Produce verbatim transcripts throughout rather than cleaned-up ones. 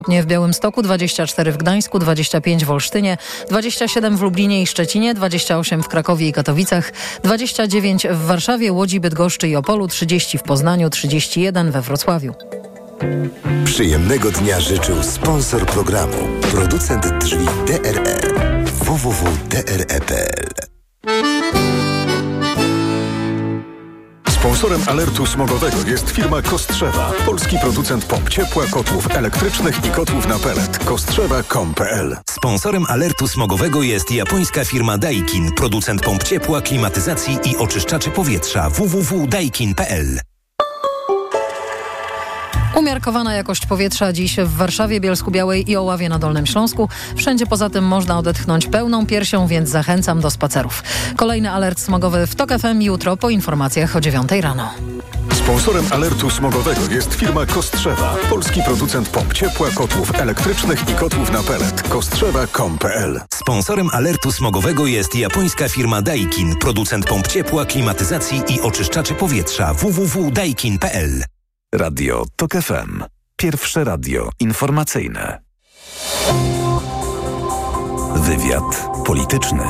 W Białymstoku, dwadzieścia cztery w Gdańsku, dwadzieścia pięć w Olsztynie, dwadzieścia siedem w Lublinie i Szczecinie, dwadzieścia osiem w Krakowie i Katowicach, dwadzieścia dziewięć w Warszawie, Łodzi, Bydgoszczy i Opolu, trzydzieści w Poznaniu, trzydzieści jeden we Wrocławiu. Przyjemnego dnia życzył sponsor programu, producent drzwi D R E w w w kropka d r e kropka p l. Sponsorem alertu smogowego jest firma Kostrzewa, polski producent pomp ciepła, kotłów elektrycznych i kotłów na pelet. kostrzewa kropka com kropka p l. Sponsorem alertu smogowego jest japońska firma Daikin, producent pomp ciepła, klimatyzacji i oczyszczaczy powietrza. w w w kropka daikin kropka p l. Umiarkowana jakość powietrza dziś w Warszawie, Bielsku-Białej i Oławie na Dolnym Śląsku. Wszędzie poza tym można odetchnąć pełną piersią, więc zachęcam do spacerów. Kolejny alert smogowy w TOK F M jutro po informacjach o dziewiątej rano. Sponsorem alertu smogowego jest firma Kostrzewa, polski producent pomp ciepła, kotłów elektrycznych i kotłów na pelet. kostrzewa kropka com kropka p l. Sponsorem alertu smogowego jest japońska firma Daikin, producent pomp ciepła, klimatyzacji i oczyszczaczy powietrza. w w w kropka daikin kropka p l. Radio TOK F M. Pierwsze radio informacyjne. Wywiad polityczny.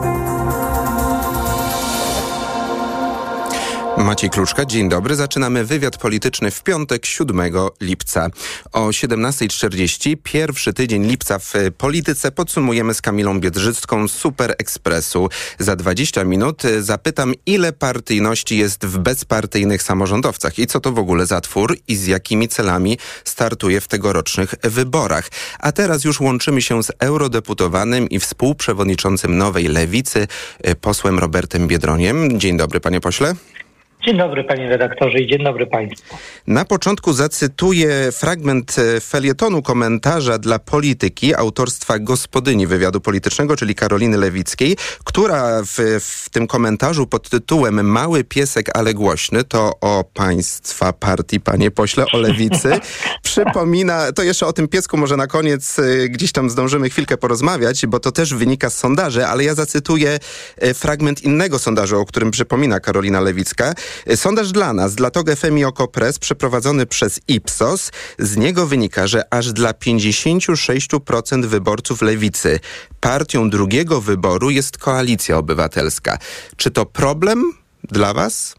Maciej Kluczka, dzień dobry. Zaczynamy wywiad polityczny w piątek, siódmego lipca. O siedemnasta czterdzieści, pierwszy tydzień lipca w polityce podsumujemy z Kamilą Biedrzycką z Super Expressu. Za dwadzieścia minut zapytam, ile partyjności jest w bezpartyjnych samorządowcach i co to w ogóle za twór i z jakimi celami startuje w tegorocznych wyborach. A teraz już łączymy się z eurodeputowanym i współprzewodniczącym Nowej Lewicy, posłem Robertem Biedroniem. Dzień dobry, panie pośle. Dzień dobry, panie redaktorze, i dzień dobry państwu. Na początku zacytuję fragment felietonu komentarza dla Polityki autorstwa gospodyni wywiadu politycznego, czyli Karoliny Lewickiej, która w, w tym komentarzu pod tytułem Mały piesek, ale głośny, to o państwa partii, panie pośle, o Lewicy, przypomina, to jeszcze o tym piesku może na koniec gdzieś tam zdążymy chwilkę porozmawiać, bo to też wynika z sondaży, ale ja zacytuję fragment innego sondażu, o którym przypomina Karolina Lewicka. Sondaż dla nas, dla TOK F M i Okopres, przeprowadzony przez Ipsos. Z niego wynika, że aż dla pięćdziesiąt sześć procent wyborców Lewicy partią drugiego wyboru jest Koalicja Obywatelska. Czy to problem dla was?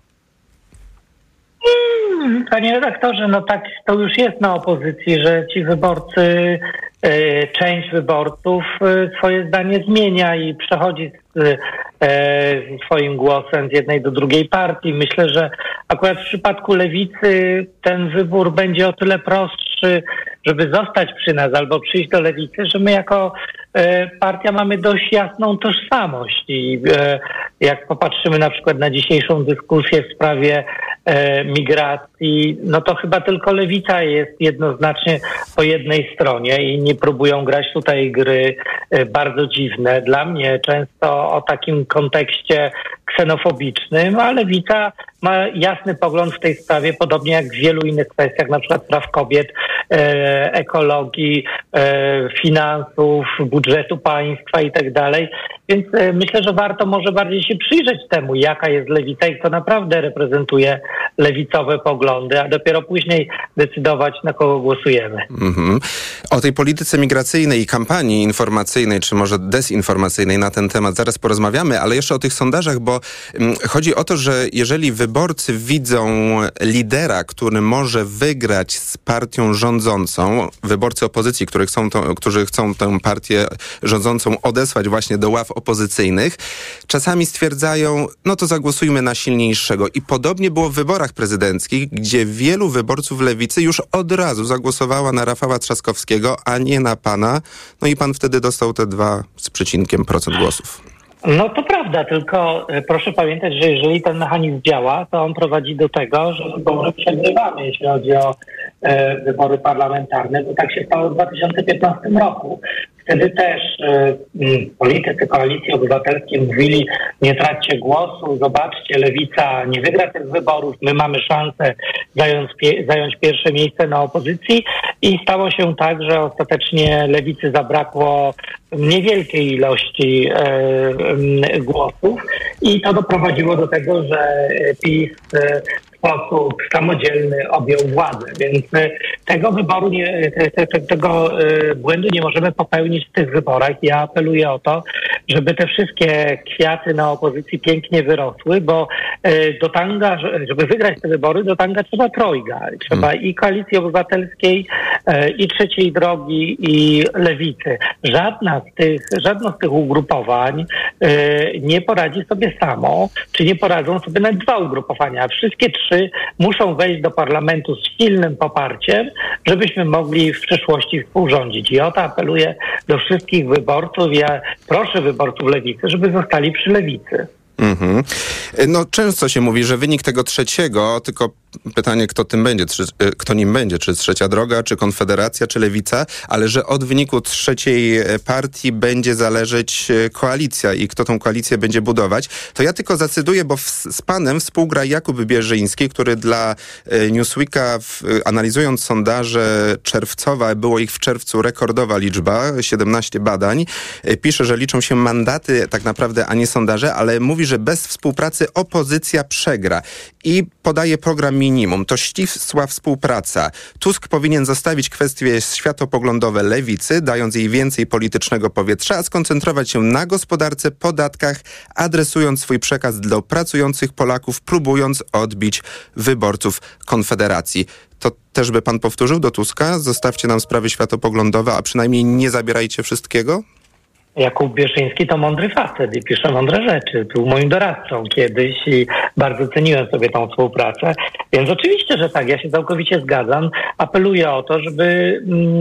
Hmm, panie redaktorze, no tak to już jest na opozycji, że ci wyborcy, y, część wyborców y, swoje zdanie zmienia i przechodzi z y, swoim głosem z jednej do drugiej partii. Myślę, że akurat w przypadku Lewicy ten wybór będzie o tyle prostszy, żeby zostać przy nas albo przyjść do Lewicy, że my jako e, partia mamy dość jasną tożsamość i e, jak popatrzymy na przykład na dzisiejszą dyskusję w sprawie e, migracji, no to chyba tylko Lewica jest jednoznacznie po jednej stronie i nie próbują grać tutaj gry e, bardzo dziwne. Dla mnie często o takim kontekście ksenofobicznym, a Lewica ma jasny pogląd w tej sprawie, podobnie jak w wielu innych kwestiach, na przykład praw kobiet, e, ekologii, e, finansów, budżetu państwa i tak dalej. Więc e, myślę, że warto może bardziej się przyjrzeć temu, jaka jest Lewica i kto naprawdę reprezentuje lewicowe poglądy, a dopiero później decydować, na kogo głosujemy. Mm-hmm. O tej polityce migracyjnej i kampanii informacyjnej, czy może dezinformacyjnej na ten temat zaraz porozmawiamy, ale jeszcze o tych sondażach, bo mm, chodzi o to, że jeżeli wyborcy widzą lidera, który może wygrać z partią rządzącą, wyborcy opozycji, którzy chcą, to, którzy chcą tę partię rządzącą odesłać właśnie do ław opozycyjnych, czasami stwierdzają, no to zagłosujmy na silniejszego. I podobnie było w wyborach prezydenckich, gdzie wielu wyborców Lewicy już od razu zagłosowała na Rafała Trzaskowskiego, a nie na pana. No i pan wtedy dostał te dwa z przecinkiem procent głosów. No to prawda, tylko proszę pamiętać, że jeżeli ten mechanizm działa, to on prowadzi do tego, że wybory przegrywamy, jeśli chodzi o e, wybory parlamentarne, bo tak się stało w dwa tysiące piętnastym roku. Wtedy też e, politycy Koalicji Obywatelskiej mówili, nie traćcie głosu, zobaczcie, Lewica nie wygra tych wyborów, my mamy szansę zająć, pie, zająć pierwsze miejsce na opozycji i stało się tak, że ostatecznie Lewicy zabrakło niewielkiej ilości e, e, głosów i to doprowadziło do tego, że PiS e, sposób samodzielny objął władzę. Więc tego wyboru, nie, te, te, tego błędu nie możemy popełnić w tych wyborach. Ja apeluję o to, żeby te wszystkie kwiaty na opozycji pięknie wyrosły, bo do tanga, żeby wygrać te wybory, do tanga trzeba trojga. Trzeba hmm. i Koalicji Obywatelskiej, i Trzeciej Drogi, i Lewicy. Żadna z tych, żadno z tych ugrupowań nie poradzi sobie samo, czy nie poradzą sobie nawet dwa ugrupowania. Wszystkie trzy muszą wejść do parlamentu z silnym poparciem, żebyśmy mogli w przyszłości współrządzić. I o to apeluję do wszystkich wyborców. Ja proszę wyborców Lewicy, żeby zostali przy Lewicy. Mm-hmm. No często się mówi, że wynik tego trzeciego, tylko pytanie, kto tym będzie, czy, kto nim będzie, czy Trzecia Droga, czy Konfederacja, czy Lewica, ale że od wyniku trzeciej partii będzie zależeć koalicja i kto tą koalicję będzie budować. To ja tylko zacytuję, bo w, z panem współgra Jakub Bierzyński, który dla Newsweeka, w, analizując sondaże czerwcowe, było ich w czerwcu rekordowa liczba, siedemnaście badań, pisze, że liczą się mandaty tak naprawdę, a nie sondaże, ale mówi, że bez współpracy opozycja przegra i podaje program minimum. To ścisła współpraca. Tusk powinien zostawić kwestie światopoglądowe lewicy, dając jej więcej politycznego powietrza, a skoncentrować się na gospodarce, podatkach, adresując swój przekaz do pracujących Polaków, próbując odbić wyborców Konfederacji. To też by pan powtórzył do Tuska? Zostawcie nam sprawy światopoglądowe, a przynajmniej nie zabierajcie wszystkiego? Jakub Bierzyński to mądry facet i pisze mądre rzeczy. Był moim doradcą kiedyś i bardzo ceniłem sobie tą współpracę. Więc oczywiście, że tak, ja się całkowicie zgadzam. Apeluję o to, żeby,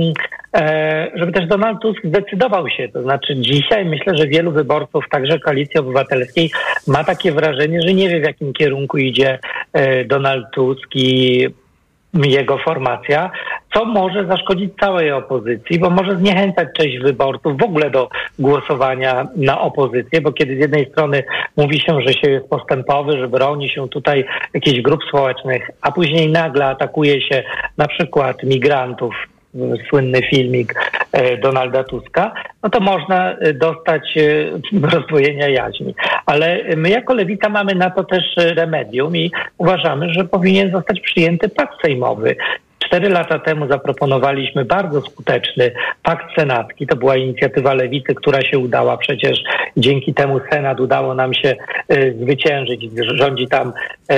e, żeby też Donald Tusk zdecydował się. To znaczy dzisiaj myślę, że wielu wyborców, także Koalicji Obywatelskiej, ma takie wrażenie, że nie wie, w jakim kierunku idzie e, Donald Tusk i jego formacja, co może zaszkodzić całej opozycji, bo może zniechęcać część wyborców w ogóle do głosowania na opozycję, bo kiedy z jednej strony mówi się, że się jest postępowy, że broni się tutaj jakichś grup społecznych, a później nagle atakuje się na przykład migrantów, słynny filmik Donalda Tuska, no to można dostać rozdwojenia jaźni. Ale my jako Lewica mamy na to też remedium i uważamy, że powinien zostać przyjęty pakt sejmowy. Cztery lata temu zaproponowaliśmy bardzo skuteczny pakt senacki. To była inicjatywa Lewicy, która się udała. Przecież dzięki temu Senat udało nam się y, zwyciężyć. Rządzi tam, y,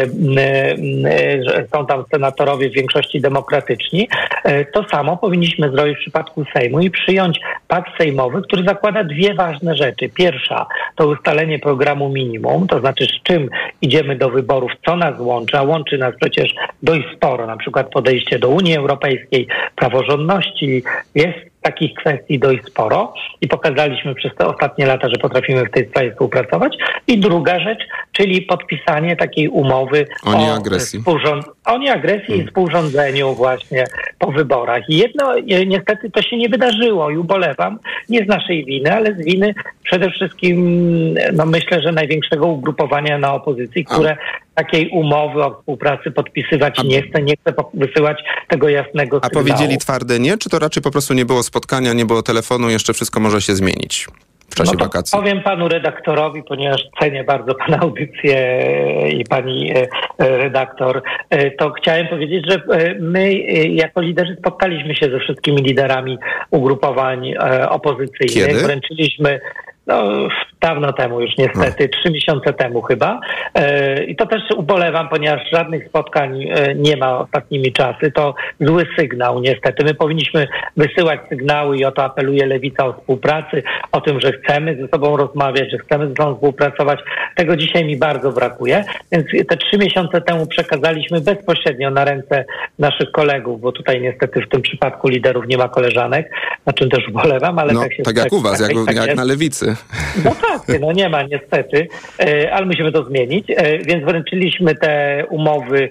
y, są tam senatorowie w większości demokratyczni. Y, to samo powinniśmy zrobić w przypadku Sejmu i przyjąć pakt sejmowy, który zakłada dwie ważne rzeczy. Pierwsza to ustalenie programu minimum, to znaczy z czym idziemy do wyborów, co nas łączy, a łączy nas przecież dość sporo, na przykład podejście do Unii Europejskiej, praworządności, jest takich kwestii dość sporo i pokazaliśmy przez te ostatnie lata, że potrafimy w tej sprawie współpracować. I druga rzecz, czyli podpisanie takiej umowy o nieagresji, o, współrząd- o nieagresji hmm. i współrządzeniu właśnie po wyborach. I jedno, niestety to się nie wydarzyło i ubolewam, nie z naszej winy, ale z winy przede wszystkim, no myślę, że największego ugrupowania na opozycji, które A. takiej umowy o współpracy podpisywać A. nie chce, nie chce wysyłać tego jasnego A sygnału. powiedzieli twarde nie, czy to raczej po prostu nie było spotkania, nie było telefonu, jeszcze wszystko może się zmienić w czasie no wakacji? Powiem panu redaktorowi, ponieważ cenię bardzo pana audycję i pani redaktor, to chciałem powiedzieć, że my jako liderzy spotkaliśmy się ze wszystkimi liderami ugrupowań opozycyjnych. Kiedy? Wręczyliśmy No, dawno temu już niestety, trzy miesiące temu chyba. Yy, I to też ubolewam, ponieważ żadnych spotkań yy, nie ma ostatnimi czasy. To zły sygnał niestety. My powinniśmy wysyłać sygnały i o to apeluje Lewica o współpracy, o tym, że chcemy ze sobą rozmawiać, że chcemy ze sobą współpracować. Tego dzisiaj mi bardzo brakuje. Więc te trzy miesiące temu przekazaliśmy bezpośrednio na ręce naszych kolegów, bo tutaj niestety w tym przypadku liderów nie ma koleżanek, na czym też ubolewam, ale no, tak się tak jak tak, u was, tak, jak, tak jak na Lewicy. No tak, no nie ma niestety, ale musimy to zmienić, więc wręczyliśmy te umowy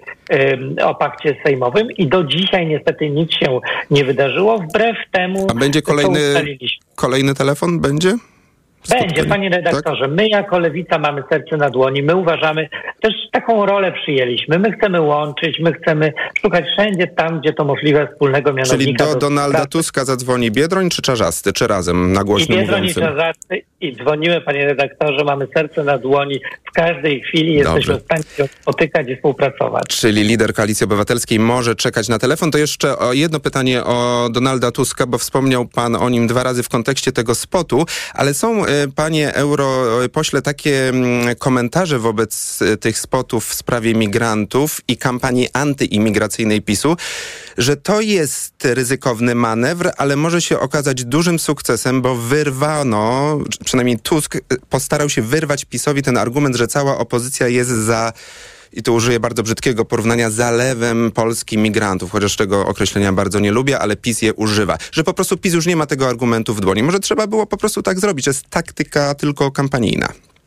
o pakcie sejmowym i do dzisiaj niestety nic się nie wydarzyło, wbrew temu, A będzie kolejny, kolejny telefon? Będzie? Będzie, panie redaktorze. My jako Lewica mamy serce na dłoni. My uważamy, też taką rolę przyjęliśmy. My chcemy łączyć, my chcemy szukać wszędzie tam, gdzie to możliwe, wspólnego mianownika. Czyli do, do Donalda Tuska zadzwoni Biedroń czy Czarzasty, czy razem na głośno I Biedroń mówiącym? i Czarzasty, i dzwonimy, panie redaktorze, mamy serce na dłoni. W każdej chwili jesteśmy w stanie się spotykać i współpracować. Czyli lider Koalicji Obywatelskiej może czekać na telefon. To jeszcze o jedno pytanie o Donalda Tuska, bo wspomniał pan o nim dwa razy w kontekście tego spotu, ale są, panie europośle, takie komentarze wobec tych spotów w sprawie migrantów i kampanii antyimigracyjnej PiSu, że to jest ryzykowny manewr, ale może się okazać dużym sukcesem, bo wyrwano, przynajmniej Tusk postarał się wyrwać PiSowi ten argument, że cała opozycja jest za, i tu użyję bardzo brzydkiego porównania, zalewem Polski migrantów, chociaż tego określenia bardzo nie lubię, ale PiS je używa. Że po prostu PiS już nie ma tego argumentu w dłoni. Może trzeba było po prostu tak zrobić, to jest taktyka tylko kampanijna.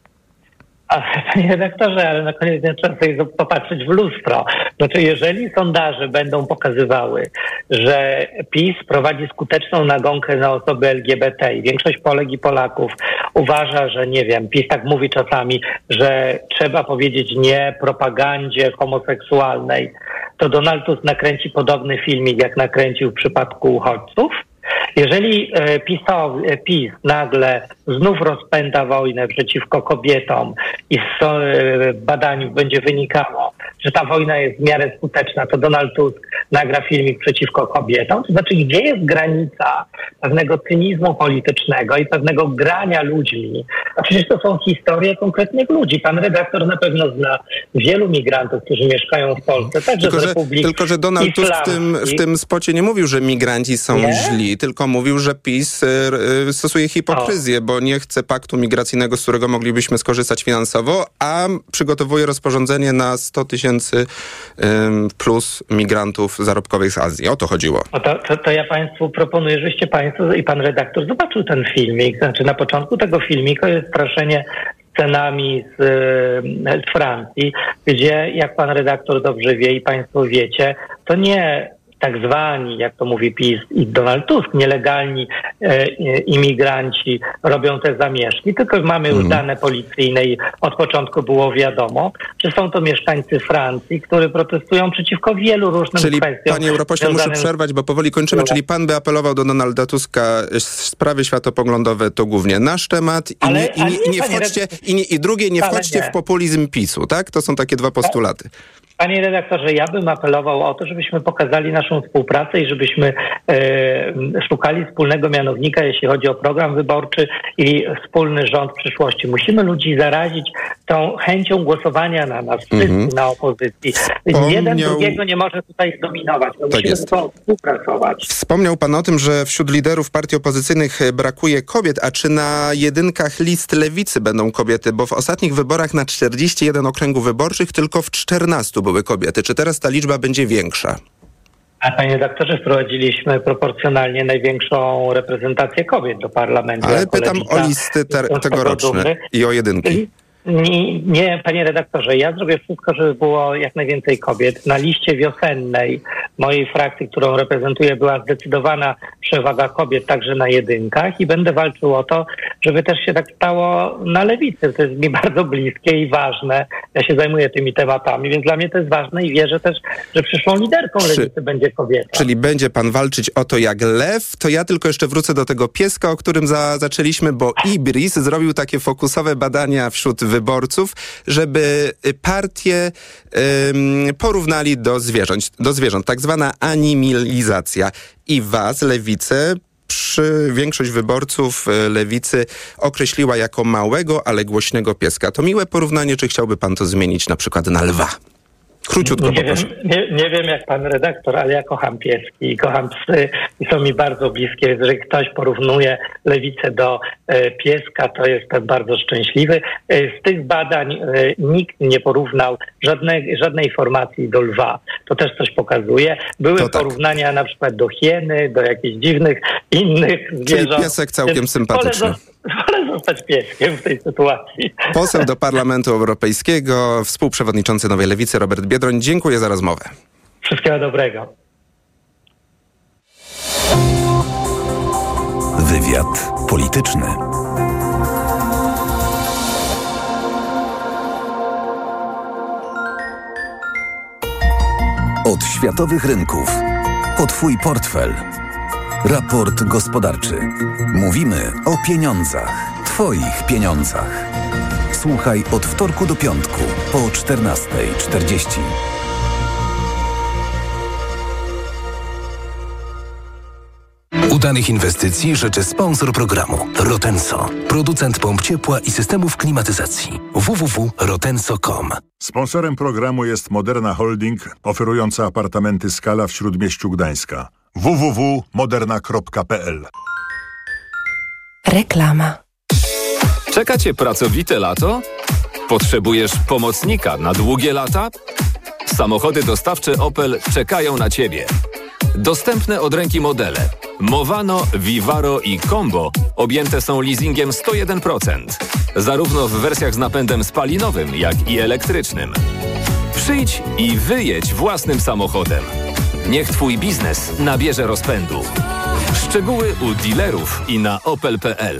A, panie redaktorze, ale na koniec dnia trzeba sobie popatrzeć w lustro. Znaczy, jeżeli sondaże będą pokazywały, że PiS prowadzi skuteczną nagonkę na osoby L G B T i większość Polek i Polaków uważa, że nie wiem, PiS tak mówi czasami, że trzeba powiedzieć nie propagandzie homoseksualnej, to Donald Tusk nakręci podobny filmik, jak nakręcił w przypadku uchodźców. Jeżeli e, PiSow, e, PiS nagle znów rozpęta wojnę przeciwko kobietom i z e, badań będzie wynikało, że ta wojna jest w miarę skuteczna, to Donald Tusk nagra filmik przeciwko kobietom. To znaczy, gdzie jest granica pewnego cynizmu politycznego i pewnego grania ludźmi? A przecież to są historie konkretnych ludzi. Pan redaktor na pewno zna wielu migrantów, którzy mieszkają w Polsce, także tylko, z że, Republiki tylko, że Donald Tusk w tym, w tym spocie nie mówił, że migranci są nie? źli, tylko mówił, że PiS y, y, stosuje hipokryzję, o. bo nie chce paktu migracyjnego, z którego moglibyśmy skorzystać finansowo, a przygotowuje rozporządzenie na sto tysięcy y, plus migrantów zarobkowych z Azji. O to chodziło. No to, to, to ja państwu proponuję, żebyście państwo i pan redaktor zobaczył ten filmik. Znaczy na początku tego filmiku jest straszenie scenami z, z Francji, gdzie, jak pan redaktor dobrze wie i państwo wiecie, to nie tak zwani, jak to mówi PiS i Donald Tusk, nielegalni e, imigranci robią te zamieszki, tylko mamy już mm. dane policyjne i od początku było wiadomo, że są to mieszkańcy Francji, którzy protestują przeciwko wielu różnym czyli, kwestiom. Czyli, panie europośle, muszę przerwać, bo powoli kończymy. No. Czyli pan by apelował do Donalda Tuska, sprawy światopoglądowe to głównie nasz temat i, ale, nie, i, nie, nie, nie wchodźcie, i, nie, i drugie, nie wchodźcie nie. w populizm PiSu, tak? To są takie dwa postulaty. Panie redaktorze, ja bym apelował o to, żebyśmy pokazali naszą współpracę i żebyśmy e, szukali wspólnego mianownika, jeśli chodzi o program wyborczy i wspólny rząd w przyszłości. Musimy ludzi zarazić tą chęcią głosowania na nas, wszyscy mm-hmm. na opozycji. Wspomniał... Jeden drugiego nie może tutaj zdominować. My tak musimy to współpracować. Wspomniał pan o tym, że wśród liderów partii opozycyjnych brakuje kobiet, a czy na jedynkach list lewicy będą kobiety? Bo w ostatnich wyborach na czterdzieści jeden okręgów wyborczych tylko w czternastu były kobiety. Czy teraz ta liczba będzie większa? A panie redaktorze, wprowadziliśmy proporcjonalnie największą reprezentację kobiet do parlamentu. Ale pytam o listy te, tegoroczne i o jedynki. Nie, nie, panie redaktorze, ja zrobię wszystko, żeby było jak najwięcej kobiet. Na liście wiosennej mojej frakcji, którą reprezentuję, była zdecydowana przewaga kobiet także na jedynkach i będę walczył o to, żeby też się tak stało na lewicy. To jest mi bardzo bliskie i ważne. Ja się zajmuję tymi tematami, więc dla mnie to jest ważne i wierzę też, że przyszłą liderką Czy, lewicy będzie kobieta. Czyli będzie pan walczyć o to jak lew, to ja tylko jeszcze wrócę do tego pieska, o którym za, zaczęliśmy, bo Ibris zrobił takie fokusowe badania wśród wyborców, żeby partie ym, porównali do zwierząt, do zwierząt, tak zwana animalizacja. I was, lewicę, przy większość wyborców lewicy określiła jako małego, ale głośnego pieska. To miłe porównanie, czy chciałby pan to zmienić na przykład na lwa? Króciutko nie wiem, nie, nie wiem jak pan redaktor, ale ja kocham pieski i kocham psy i są mi bardzo bliskie. Jeżeli ktoś porównuje lewicę do e, pieska, to jestem bardzo szczęśliwy. E, z tych badań e, nikt nie porównał żadnej, żadnej formacji do lwa. To też coś pokazuje. Były to porównania tak. na przykład do hieny, do jakichś dziwnych innych zwierząt. Czyli piesek całkiem sympatyczny. Wolę zostać pieskiem w tej sytuacji. Poseł do Parlamentu Europejskiego, współprzewodniczący Nowej Lewicy Robert Biedroń. Dziękuję za rozmowę. Wszystkiego dobrego. Wywiad polityczny. Od światowych rynków po Twój portfel. Raport gospodarczy. Mówimy o pieniądzach. Twoich pieniądzach. Słuchaj od wtorku do piątku po czternasta czterdzieści. Udanych inwestycji życzy sponsor programu Rotenso, producent pomp ciepła i systemów klimatyzacji. w w w kropka rotenso kropka com. Sponsorem programu jest Moderna Holding, oferująca apartamenty Skala w Śródmieściu Gdańska. w w w kropka moderna kropka p l. Reklama. Czeka Cię pracowite lato? Potrzebujesz pomocnika na długie lata? Samochody dostawcze Opel czekają na Ciebie. Dostępne od ręki modele Movano, Vivaro i Combo objęte są leasingiem sto jeden procent. Zarówno w wersjach z napędem spalinowym, jak i elektrycznym. Przyjdź i wyjedź własnym samochodem. Niech Twój biznes nabierze rozpędu. Szczegóły u dealerów i na opel kropka p l.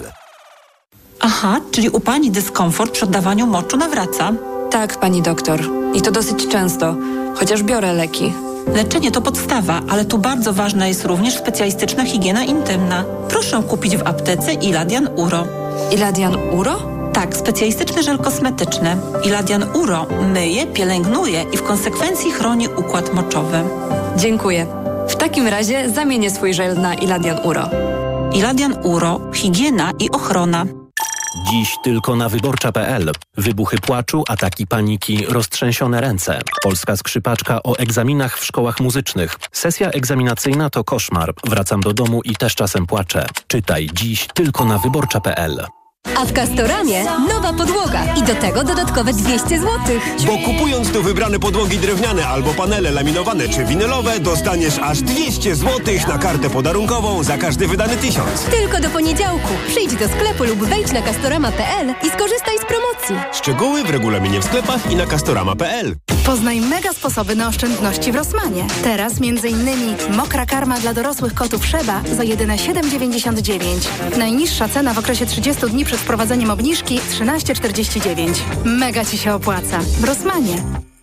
Aha, czyli u Pani dyskomfort przy oddawaniu moczu nawraca? Tak, Pani doktor. I to dosyć często, chociaż biorę leki. Leczenie to podstawa, ale tu bardzo ważna jest również specjalistyczna higiena intymna. Proszę kupić w aptece Iladian Uro. Iladian Uro? Tak, specjalistyczny żel kosmetyczny. Iladian Uro myje, pielęgnuje i w konsekwencji chroni układ moczowy. Dziękuję. W takim razie zamienię swój żel na Iladian Uro. Iladian Uro. Higiena i ochrona. Dziś tylko na wyborcza kropka p l. Wybuchy płaczu, ataki paniki, roztrzęsione ręce. Polska skrzypaczka o egzaminach w szkołach muzycznych. Sesja egzaminacyjna to koszmar. Wracam do domu i też czasem płaczę. Czytaj dziś tylko na wyborcza kropka p l. A w Castoramie nowa podłoga i do tego dodatkowe dwieście złotych. Bo kupując tu wybrane podłogi drewniane albo panele laminowane czy winylowe, dostaniesz aż dwieście złotych na kartę podarunkową za każdy wydany tysiąc. Tylko do poniedziałku. Przyjdź do sklepu lub wejdź na castorama kropka p l i skorzystaj z promocji. Szczegóły w regulaminie w sklepach i na castorama kropka p l. Poznaj mega sposoby na oszczędności w Rossmanie. Teraz między innymi mokra karma dla dorosłych kotów Sheba za jedyne siedem dziewięćdziesiąt dziewięć. Najniższa cena w okresie trzydziestu dni przed wprowadzeniem obniżki trzynaście czterdzieści dziewięć. Mega Ci się opłaca. W Rossmanie.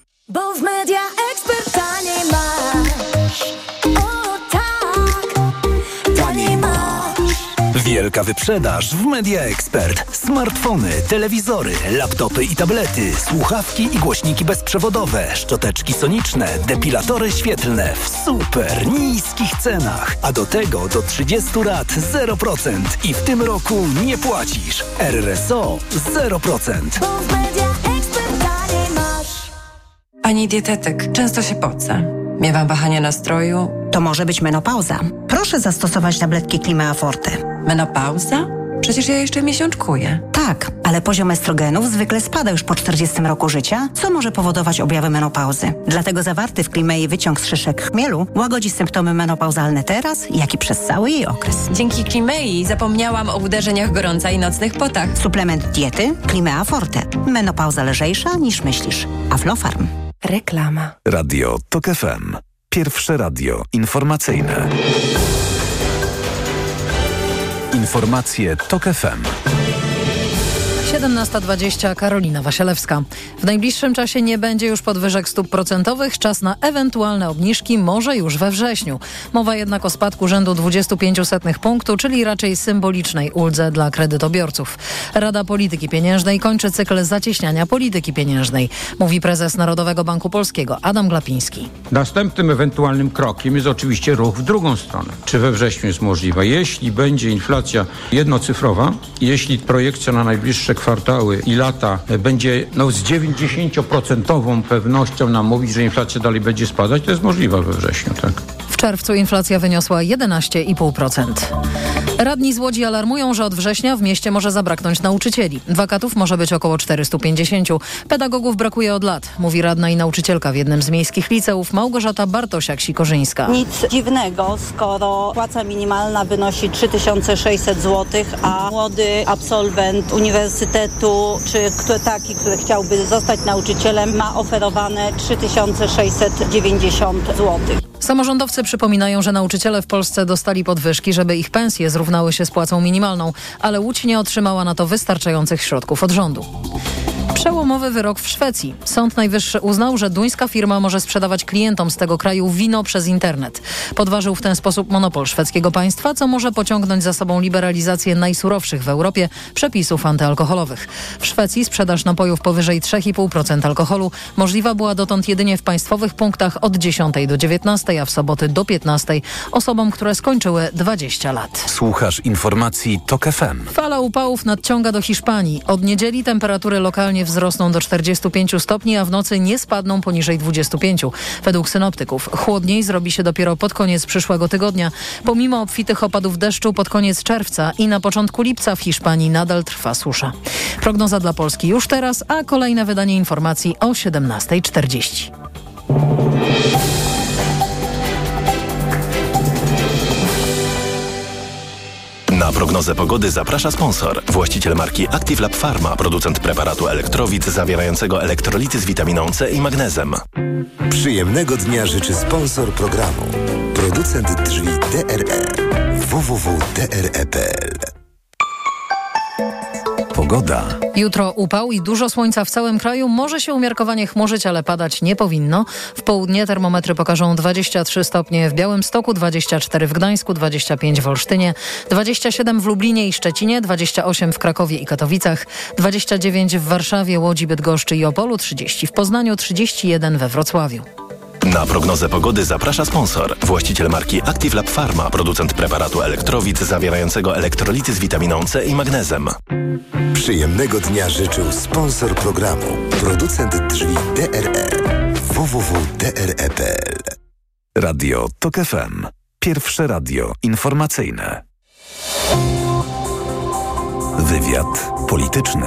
Bo w Media Expert taniej masz. O tak, taniej masz. Wielka wyprzedaż w Media Expert. Smartfony, telewizory, laptopy i tablety, słuchawki i głośniki bezprzewodowe, szczoteczki soniczne, depilatory świetlne w super niskich cenach. A do tego do trzydziestu lat zero procent i w tym roku nie płacisz. R R S O zero procent. Bo w Media Expert taniej masz. Pani dietetyk, często się pocę. Miewam wahanie nastroju. To może być menopauza. Proszę zastosować tabletki Climea Forte. Menopauza? Przecież ja jeszcze miesiączkuję. Tak, ale poziom estrogenów zwykle spada już po czterdziestym roku życia, co może powodować objawy menopauzy. Dlatego zawarty w Climei wyciąg z szyszek chmielu łagodzi symptomy menopauzalne teraz, jak i przez cały jej okres. Dzięki Climei zapomniałam o uderzeniach gorąca i nocnych potach. Suplement diety Climea Forte. Menopauza lżejsza niż myślisz. Aflofarm. Reklama. Radio Tok F M. Pierwsze radio informacyjne. Informacje Tok F M. siedemnasta dwadzieścia, Karolina Wasielewska. W najbliższym czasie nie będzie już podwyżek stóp procentowych. Czas na ewentualne obniżki może już we wrześniu. Mowa jednak o spadku rzędu dwadzieścia pięć procent punktu, czyli raczej symbolicznej uldze dla kredytobiorców. Rada Polityki Pieniężnej kończy cykl zacieśniania polityki pieniężnej, mówi prezes Narodowego Banku Polskiego Adam Glapiński. Następnym ewentualnym krokiem jest oczywiście ruch w drugą stronę. Czy we wrześniu jest możliwe? Jeśli będzie inflacja jednocyfrowa, jeśli projekcja na najbliższe kwartały i lata będzie no, z dziewięćdziesięcioprocentową pewnością nam mówić, że inflacja dalej będzie spadać, to jest możliwe we wrześniu, tak. W czerwcu inflacja wyniosła jedenaście i pół procent. Radni z Łodzi alarmują, że od września w mieście może zabraknąć nauczycieli. Wakatów może być około czterystu pięćdziesięciu. Pedagogów brakuje od lat, mówi radna i nauczycielka w jednym z miejskich liceów Małgorzata Bartosiak-Sikorzyńska. Nic dziwnego, skoro płaca minimalna wynosi trzy tysiące sześćset złotych, a młody absolwent uniwersytetu, czy kto, taki, który chciałby zostać nauczycielem, ma oferowane trzy tysiące sześćset dziewięćdziesiąt złotych. Samorządowcy przypominają, że nauczyciele w Polsce dostali podwyżki, żeby ich pensje zrównały się z płacą minimalną, ale Łódź nie otrzymała na to wystarczających środków od rządu. Przełomowy wyrok w Szwecji. Sąd Najwyższy uznał, że duńska firma może sprzedawać klientom z tego kraju wino przez internet. Podważył w ten sposób monopol szwedzkiego państwa, co może pociągnąć za sobą liberalizację najsurowszych w Europie przepisów antyalkoholowych. W Szwecji sprzedaż napojów powyżej trzy i pół procent alkoholu możliwa była dotąd jedynie w państwowych punktach od dziesiątej do dziewiętnastej, a w soboty do piętnastej osobom, które skończyły dwadzieścia lat. Słuchasz informacji TOK F M. Fala upałów nadciąga do Hiszpanii. Od niedzieli temperatury lokalnie wzrosną do czterdziestu pięciu stopni, a w nocy nie spadną poniżej dwudziestu pięciu. Według synoptyków chłodniej zrobi się dopiero pod koniec przyszłego tygodnia. Pomimo obfitych opadów deszczu pod koniec czerwca i na początku lipca w Hiszpanii nadal trwa susza. Prognoza dla Polski już teraz, a kolejne wydanie informacji o siedemnasta czterdzieści. Na prognozę pogody zaprasza sponsor. Właściciel marki Active Lab Pharma, producent preparatu Elektrowid zawierającego elektrolity z witaminą C i magnezem. Przyjemnego dnia życzy sponsor programu. Producent drzwi D R E. w w w kropka d r e kropka p l. Pogoda. Jutro upał i dużo słońca w całym kraju. Może się umiarkowanie chmurzyć, ale padać nie powinno. W południe termometry pokażą dwadzieścia trzy stopnie w Białymstoku, dwadzieścia cztery w Gdańsku, dwadzieścia pięć w Olsztynie, dwadzieścia siedem w Lublinie i Szczecinie, dwadzieścia osiem w Krakowie i Katowicach, dwadzieścia dziewięć w Warszawie, Łodzi, Bydgoszczy i Opolu, trzydzieści w Poznaniu, trzydzieści jeden we Wrocławiu. Na prognozę pogody zaprasza sponsor. Właściciel marki Active Lab Pharma, producent preparatu Elektrowid zawierającego elektrolity z witaminą C i magnezem. Przyjemnego dnia życzył sponsor programu. Producent drzwi D R E. w w w kropka d r e kropka p l. Radio TOK F M. Pierwsze radio informacyjne. Wywiad polityczny.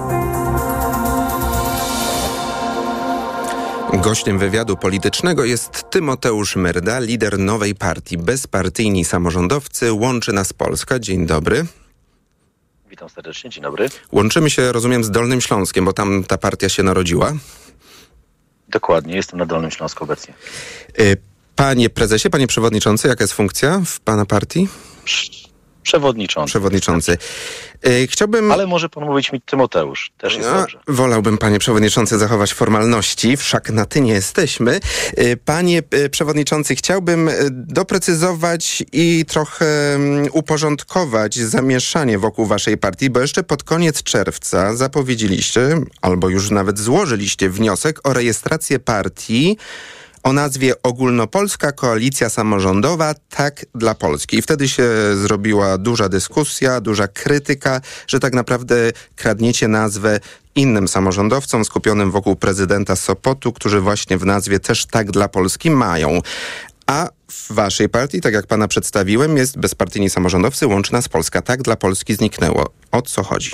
Gościem wywiadu politycznego jest Tymoteusz Myrda, lider nowej partii Bezpartyjni Samorządowcy. Łączy nas Polska. Dzień dobry. Witam serdecznie, dzień dobry. Łączymy się, rozumiem, z Dolnym Śląskiem, bo tam ta partia się narodziła. Dokładnie, jestem na Dolnym Śląsku obecnie. Panie prezesie, panie przewodniczący, jaka jest funkcja w pana partii? Przewodniczący. Przewodniczący. Chciałbym... Ale może pan mówić mi Tymoteusz, też jest no, dobrze. Wolałbym, panie przewodniczący, zachować formalności, wszak na ty nie jesteśmy. Panie przewodniczący, chciałbym doprecyzować i trochę uporządkować zamieszanie wokół waszej partii, bo jeszcze pod koniec czerwca zapowiedzieliście, albo już nawet złożyliście wniosek o rejestrację partii o nazwie Ogólnopolska Koalicja Samorządowa Tak dla Polski. I wtedy się zrobiła duża dyskusja, duża krytyka, że tak naprawdę kradniecie nazwę innym samorządowcom skupionym wokół prezydenta Sopotu, którzy właśnie w nazwie też Tak dla Polski mają. A w waszej partii, tak jak pana przedstawiłem, jest Bezpartyjni Samorządowcy, Łączy nas Polska. Tak dla Polski zniknęło. O co chodzi?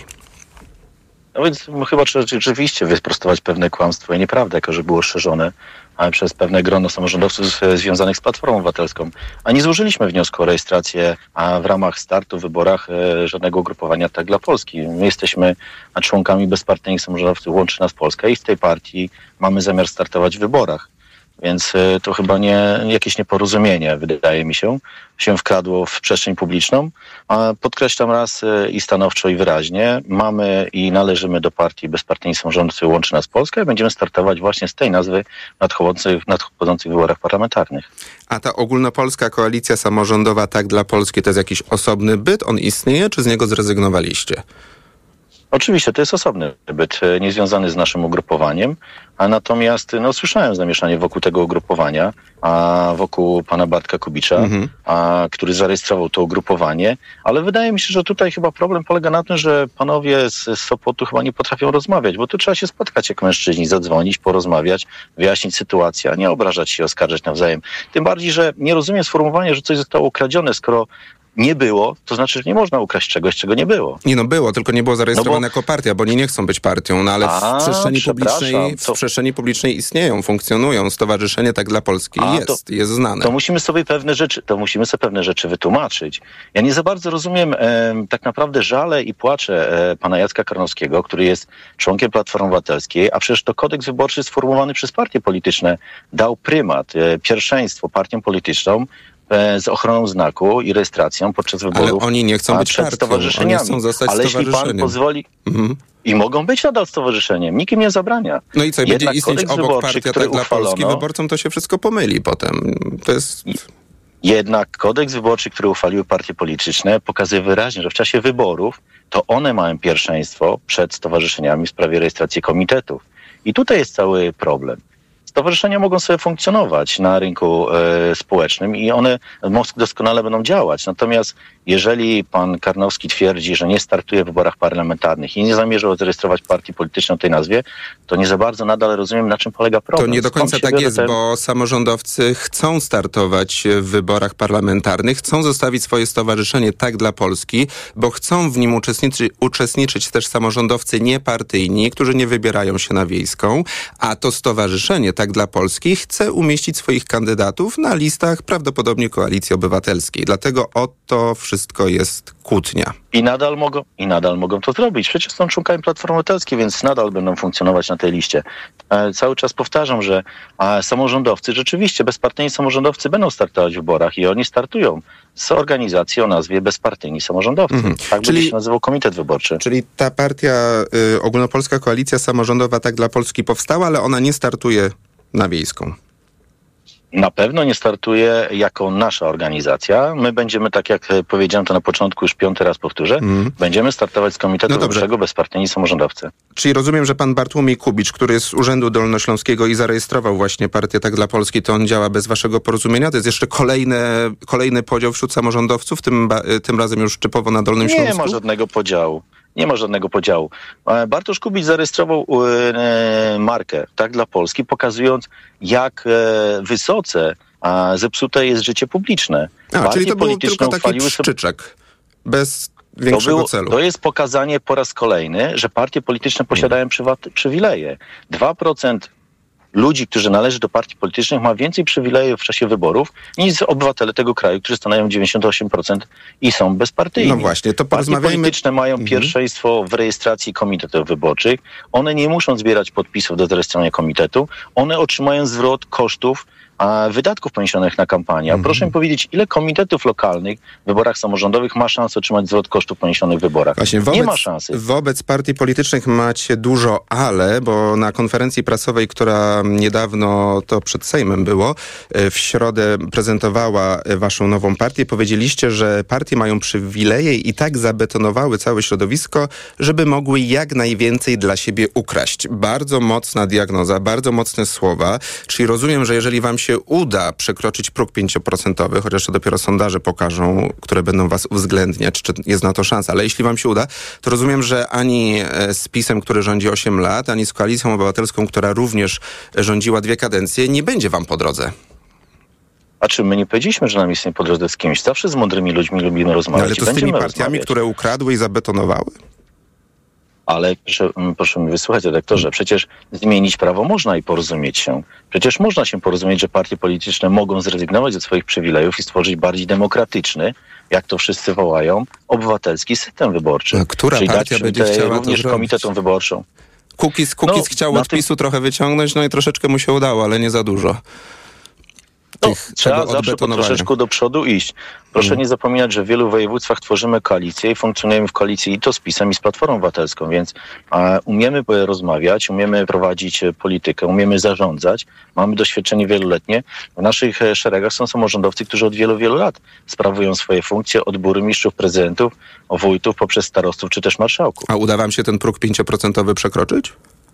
No więc chyba trzeba rzeczywiście wysprostować pewne kłamstwo i nieprawdę, jako że było szerzone przez pewne grono samorządowców związanych z Platformą Obywatelską. A nie złożyliśmy wniosku o rejestrację a w ramach startu w wyborach e, żadnego ugrupowania Tak dla Polski. My jesteśmy członkami Bezpartyjnych Samorządowców Łączy nas Polska i z tej partii mamy zamiar startować w wyborach. Więc y, to chyba nie jakieś nieporozumienie, wydaje mi się, się wkradło w przestrzeń publiczną. A podkreślam raz y, i stanowczo i wyraźnie, mamy i należymy do partii Bezpartyjni Samorządowcy Łączy nas Polska i będziemy startować właśnie z tej nazwy w nadchodzących, nadchodzących wyborach parlamentarnych. A ta Ogólnopolska Koalicja Samorządowa Tak dla Polski to jest jakiś osobny byt? On istnieje, czy z niego zrezygnowaliście? Oczywiście, to jest osobny byt, niezwiązany z naszym ugrupowaniem, a natomiast no, słyszałem zamieszanie wokół tego ugrupowania, a wokół pana Bartka Kubicza, mhm. a, który zarejestrował to ugrupowanie, ale wydaje mi się, że tutaj chyba problem polega na tym, że panowie z, z Sopotu chyba nie potrafią rozmawiać, bo tu trzeba się spotkać jak mężczyźni, zadzwonić, porozmawiać, wyjaśnić sytuację, a nie obrażać się, oskarżać nawzajem. Tym bardziej, że nie rozumiem sformułowania, że coś zostało ukradzione, skoro nie było, to znaczy, że nie można ukraść czegoś, czego nie było. Nie no było, tylko nie było zarejestrowane no bo... jako partia, bo oni nie chcą być partią, no ale A, w, przestrzeni publicznej, to... w przestrzeni publicznej istnieją, funkcjonują. Stowarzyszenie Tak dla Polski A, jest, to, jest znane. To musimy sobie pewne rzeczy, to musimy sobie pewne rzeczy wytłumaczyć. Ja nie za bardzo rozumiem e, tak naprawdę żale i płacze e, pana Jacka Karnowskiego, który jest członkiem Platformy Obywatelskiej, a przecież to kodeks wyborczy sformułowany przez partie polityczne dał prymat, e, pierwszeństwo partiom politycznom e, z ochroną znaku i rejestracją podczas wyborów. Ale oni nie chcą być przed partią, stowarzyszeniami. oni chcą zostać Ale jeśli pan stowarzyszeniem. pozwoli... Mhm. I mogą być nadal stowarzyszeniem. Nikt im nie zabrania. No i co, będzie Jednak istnieć kodeks obok wyborczy, partia który tak dla uchwalono, Polski, wyborcom to się wszystko pomyli potem. To jest... Jednak kodeks wyborczy, który uchwaliły partie polityczne, pokazuje wyraźnie, że w czasie wyborów to one mają pierwszeństwo przed stowarzyszeniami w sprawie rejestracji komitetów. I tutaj jest cały problem. Stowarzyszenia mogą sobie funkcjonować na rynku e, społecznym i one doskonale będą działać. Natomiast jeżeli pan Karnowski twierdzi, że nie startuje w wyborach parlamentarnych i nie zamierza zarejestrować partii politycznej o tej nazwie, to nie za bardzo nadal rozumiem, na czym polega problem. To nie do końca tak jest, ten... bo samorządowcy chcą startować w wyborach parlamentarnych, chcą zostawić swoje stowarzyszenie Tak dla Polski, bo chcą w nim uczestniczy, uczestniczyć też samorządowcy niepartyjni, którzy nie wybierają się na wiejską, a to stowarzyszenie Tak dla Polski chce umieścić swoich kandydatów na listach prawdopodobnie Koalicji Obywatelskiej. Dlatego o to wszystko jest kłótnia. I nadal mogą, i nadal mogą to zrobić. Przecież są członkami Platformy Obywatelskiej, więc nadal będą funkcjonować na tej liście. E, cały czas powtarzam, że a, samorządowcy, rzeczywiście bezpartyjni samorządowcy będą startować w wyborach i oni startują z organizacji o nazwie Bezpartyjni Samorządowcy. Mhm. Tak czyli, będzie się nazywał Komitet Wyborczy. Czyli ta partia y, Ogólnopolska Koalicja Samorządowa Tak dla Polski powstała, ale ona nie startuje na wiejską. Na pewno nie startuje jako nasza organizacja. My będziemy, tak jak powiedziałem to na początku, już piąty raz powtórzę, mm. będziemy startować z Komitetu no Wyborczego Bezpartyjni Samorządowcy. Czyli rozumiem, że pan Bartłomiej Kubicz, który jest z Urzędu Dolnośląskiego i zarejestrował właśnie partię Tak dla Polski, to on działa bez waszego porozumienia? To jest jeszcze kolejne, kolejny podział wśród samorządowców, tym, tym razem już typowo na Dolnym Śląsku? Nie ma żadnego podziału. Nie ma żadnego podziału. Bartosz Kubicz zarejestrował markę Tak dla Polski, pokazując, jak wysoce zepsute jest życie publiczne. A, czyli to był tylko taki pszczyczek, bez większego to było, celu. To jest pokazanie po raz kolejny, że partie polityczne posiadają przywat- przywileje. dwa procent ludzi, którzy należy do partii politycznych, ma więcej przywilejów w czasie wyborów niż obywatele tego kraju, którzy stanowią dziewięćdziesiąt osiem procent i są bezpartyjni. No właśnie, to porozmawiajmy. Partie polityczne mają mhm. pierwszeństwo w rejestracji komitetów wyborczych. One nie muszą zbierać podpisów do zarejestrowania komitetu. One otrzymają zwrot kosztów a wydatków poniesionych na kampanię. Mm-hmm. Proszę mi powiedzieć, ile komitetów lokalnych w wyborach samorządowych ma szansę otrzymać zwrot kosztów poniesionych w wyborach? Właśnie, wobec, nie ma szansy. Wobec partii politycznych macie dużo ale, bo na konferencji prasowej, która niedawno to przed Sejmem było, w środę prezentowała waszą nową partię, powiedzieliście, że partie mają przywileje i tak zabetonowały całe środowisko, żeby mogły jak najwięcej dla siebie ukraść. Bardzo mocna diagnoza, bardzo mocne słowa, czyli rozumiem, że jeżeli wam się uda przekroczyć próg pięcioprocentowy, chociaż to dopiero sondaże pokażą, które będą was uwzględniać, czy jest na to szansa, ale jeśli wam się uda, to rozumiem, że ani z PiS-em, który rządzi osiem lat, ani z Koalicją Obywatelską, która również rządziła dwie kadencje, nie będzie wam po drodze. A czy my nie powiedzieliśmy, że nam jest nie po drodze z kimś? Zawsze z mądrymi ludźmi lubimy rozmawiać. No, ale to z tymi partiami, rozmawiać. które ukradły i zabetonowały? Ale proszę, proszę mnie wysłuchać, redaktorze, przecież zmienić prawo można i porozumieć się. Przecież można się porozumieć, że partie polityczne mogą zrezygnować ze swoich przywilejów i stworzyć bardziej demokratyczny, jak to wszyscy wołają, obywatelski system wyborczy. A która czyli partia dać będzie chciała również to komitetom wyborczą. Kukiz, Kukiz no, chciał od tym... PiSu trochę wyciągnąć, no i troszeczkę mu się udało, ale nie za dużo. No, trzeba zawsze po troszeczkę do przodu iść. Proszę hmm. nie zapominać, że w wielu województwach tworzymy koalicję i funkcjonujemy w koalicji i to z PiS-em i z Platformą Obywatelską, więc a, umiemy rozmawiać, umiemy prowadzić politykę, umiemy zarządzać, mamy doświadczenie wieloletnie. W naszych szeregach są samorządowcy, którzy od wielu, wielu lat sprawują swoje funkcje od burmistrzów, prezydentów, wójtów, poprzez starostów czy też marszałków. A uda wam się ten próg pięcioprocentowy przekroczyć?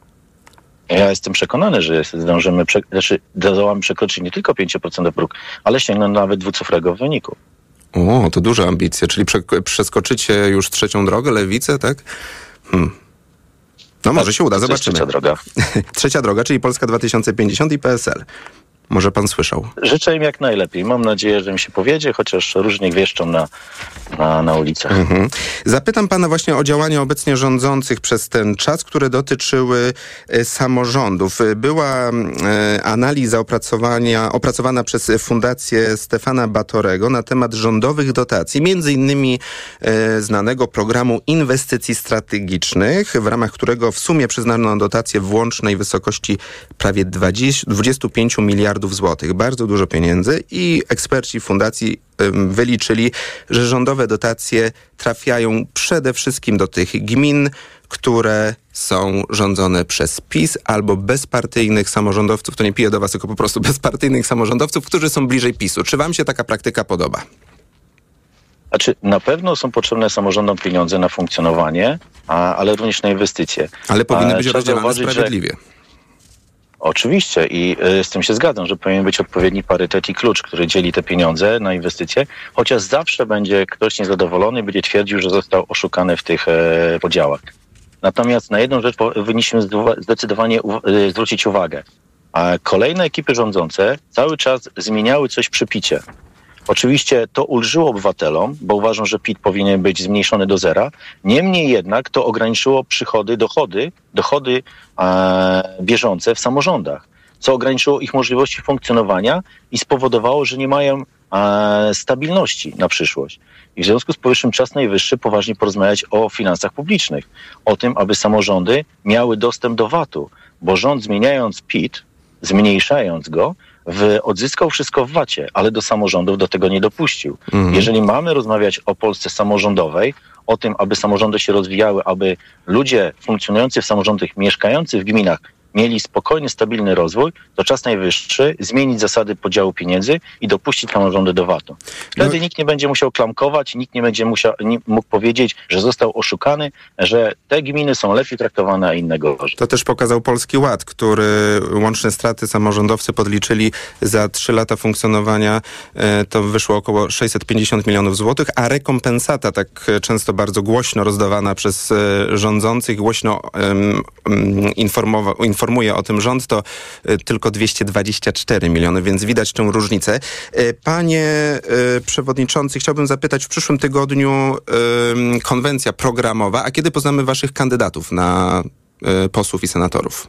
Ja jestem przekonany, że zdążymy, prze, znaczy zdołamy przekroczyć nie tylko pięcioprocentowy próg, ale sięgnąć nawet dwucyfrowego wyniku. O, to duże ambicje, czyli prze, przeskoczycie już trzecią drogę, lewicę, tak? Hmm. No może się uda, zobaczymy. Trzecia droga. Trzecia droga, czyli Polska dwa tysiące pięćdziesiąt i P S L. Może pan słyszał. Życzę im jak najlepiej. Mam nadzieję, że mi się powiedzie, chociaż różnie wieszczą na, na, na ulicach. Mhm. Zapytam pana właśnie o działania obecnie rządzących przez ten czas, które dotyczyły e, samorządów. Była e, analiza opracowania, opracowana przez Fundację Stefana Batorego na temat rządowych dotacji, między innymi e, znanego programu inwestycji strategicznych, w ramach którego w sumie przyznano dotację w łącznej wysokości prawie dwadzieścia, dwadzieścia pięć miliardów miliardów złotych. Bardzo dużo pieniędzy i eksperci fundacji ym, wyliczyli, że rządowe dotacje trafiają przede wszystkim do tych gmin, które są rządzone przez PiS albo bezpartyjnych samorządowców, to nie piję do was, tylko po prostu bezpartyjnych samorządowców, którzy są bliżej PiSu. Czy wam się taka praktyka podoba? Znaczy, na pewno są potrzebne samorządom pieniądze na funkcjonowanie, a, ale również na inwestycje. Ale powinny a, być rozdzielane sprawiedliwie. Że... Oczywiście i y, z tym się zgadzam, że powinien być odpowiedni parytet i klucz, który dzieli te pieniądze na inwestycje, chociaż zawsze będzie ktoś niezadowolony i będzie twierdził, że został oszukany w tych e, podziałach. Natomiast na jedną rzecz powinniśmy zdecydowanie u- zwrócić uwagę. A kolejne ekipy rządzące cały czas zmieniały coś przy picie. Oczywiście to ulżyło obywatelom, bo uważam, że P I T powinien być zmniejszony do zera. Niemniej jednak to ograniczyło przychody, dochody, dochody e, bieżące w samorządach, co ograniczyło ich możliwości funkcjonowania i spowodowało, że nie mają e, stabilności na przyszłość. I w związku z powyższym czas najwyższy poważnie porozmawiać o finansach publicznych, o tym, aby samorządy miały dostęp do V A T-u, bo rząd zmieniając P I T, zmniejszając go, w, odzyskał wszystko w V A T-ie, ale do samorządów do tego nie dopuścił. Mhm. Jeżeli mamy rozmawiać o Polsce samorządowej, o tym, aby samorządy się rozwijały, aby ludzie funkcjonujący w samorządach, mieszkający w gminach mieli spokojny, stabilny rozwój, to czas najwyższy zmienić zasady podziału pieniędzy i dopuścić samorządy do V A T-u. Wtedy no. nikt nie będzie musiał klamkować, nikt nie będzie musiał, nie mógł powiedzieć, że został oszukany, że te gminy są lepiej traktowane, a inne gorzej. To też pokazał Polski Ład, który łączne straty samorządowcy podliczyli za trzy lata funkcjonowania, to wyszło około sześćset pięćdziesiąt milionów złotych, a rekompensata, tak często bardzo głośno rozdawana przez rządzących, głośno um, informowa- informuje o tym rząd, to tylko dwieście dwadzieścia cztery miliony, więc widać tę różnicę. Panie przewodniczący, chciałbym zapytać, w przyszłym tygodniu konwencja programowa, a kiedy poznamy waszych kandydatów na posłów i senatorów?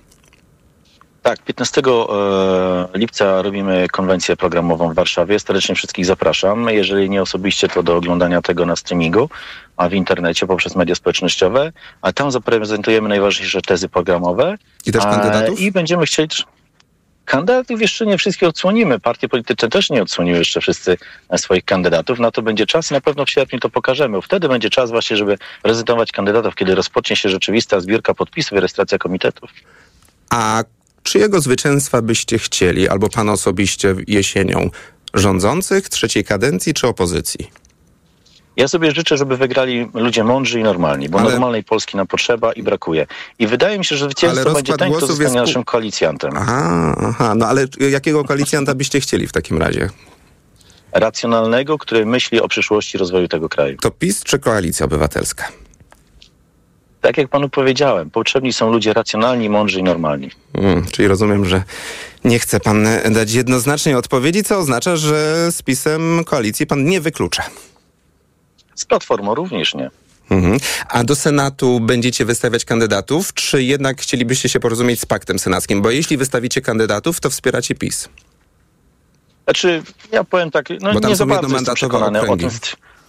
Tak, piętnastego lipca robimy konwencję programową w Warszawie. Serdecznie wszystkich zapraszam. Jeżeli nie osobiście, to do oglądania tego na streamingu, a w internecie poprzez media społecznościowe. A tam zaprezentujemy najważniejsze tezy programowe. I też kandydatów? I będziemy chcieli... Kandydatów jeszcze nie wszystkich odsłonimy. Partie polityczne też nie odsłoniły jeszcze wszyscy swoich kandydatów. Na to będzie czas i na pewno w sierpniu to pokażemy. Wtedy będzie czas właśnie, żeby prezentować kandydatów, kiedy rozpocznie się rzeczywista zbiórka podpisów i rejestracja komitetów. A czyjego zwycięstwa byście chcieli, albo pan osobiście jesienią? Rządzących, trzeciej kadencji czy opozycji? Ja sobie życzę, żeby wygrali ludzie mądrzy i normalni, bo ale... normalnej Polski nam potrzeba i brakuje. I wydaje mi się, że zwycięstwo będzie ten, kto zostanie jest... naszym koalicjantem. Aha, aha, no ale jakiego koalicjanta byście chcieli w takim razie? Racjonalnego, który myśli o przyszłości rozwoju tego kraju. To PiS czy Koalicja Obywatelska? Tak jak panu powiedziałem, potrzebni są ludzie racjonalni, mądrzy i normalni. Hmm, czyli rozumiem, że nie chce pan dać jednoznacznej odpowiedzi, co oznacza, że z PiS-em koalicji pan nie wyklucza. Z Platformą również nie. Mhm. A do Senatu będziecie wystawiać kandydatów, czy jednak chcielibyście się porozumieć z paktem senackim? Bo jeśli wystawicie kandydatów, to wspieracie PiS. Znaczy, ja powiem tak, no Bo tam nie są za bardzo jestem przekonany o tym.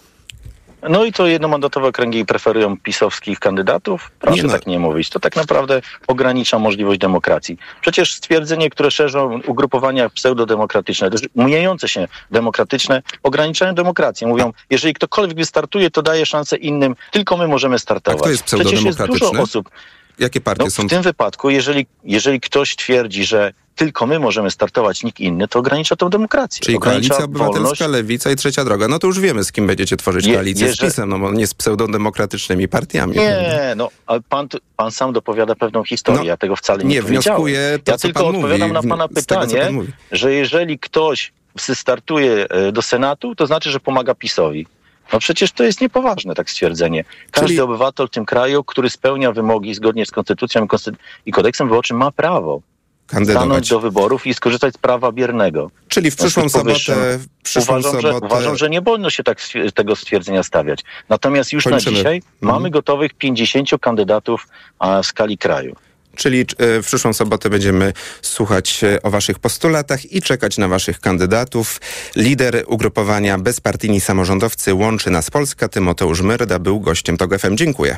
No i to jednomandatowe okręgi preferują pisowskich kandydatów? Proszę nie no. tak nie mówić. To tak naprawdę ogranicza możliwość demokracji. Przecież stwierdzenie, które szerzą ugrupowania pseudodemokratyczne, też mijające się demokratyczne, ograniczają demokrację. Mówią, jeżeli ktokolwiek wystartuje, to daje szansę innym, tylko my możemy startować. A kto jest pseudodemokratyczny? Przecież jest dużo osób. Jakie partie no, są? W tym wypadku, jeżeli, jeżeli ktoś twierdzi, że tylko my możemy startować, nikt inny, to ogranicza tą demokrację. Czyli ogranicza Koalicja Obywatelska, wolność. Lewica i Trzecia Droga. No to już wiemy, z kim będziecie tworzyć Je, koalicję jeże... z PiS-em, no bo nie z pseudodemokratycznymi partiami. Nie, no, ale pan, pan sam dopowiada pewną historię, no, ja tego wcale nie, nie wnioskuję to, ja tylko pan odpowiadam mówi, na pana pytanie, tego, że jeżeli ktoś startuje do Senatu, to znaczy, że pomaga PiS-owi. No przecież to jest niepoważne, tak stwierdzenie. Każdy Czyli... obywatel w tym kraju, który spełnia wymogi zgodnie z konstytucją i, konstytu- i kodeksem wyborczym, ma prawo kandydować. Stanąć do wyborów i skorzystać z prawa biernego. Czyli w przyszłą sobotę... W przyszłą uważam, sobotę... Że, uważam, że nie wolno się tak tego stwierdzenia stawiać. Natomiast już Kończymy. na dzisiaj mhm. mamy gotowych pięćdziesięciu kandydatów a, w skali kraju. Czyli w przyszłą sobotę będziemy słuchać o waszych postulatach i czekać na waszych kandydatów. Lider ugrupowania Bezpartyjni Samorządowcy Łączy Nas Polska, Tymoteusz Myrda, był gościem TOG F M. Dziękuję.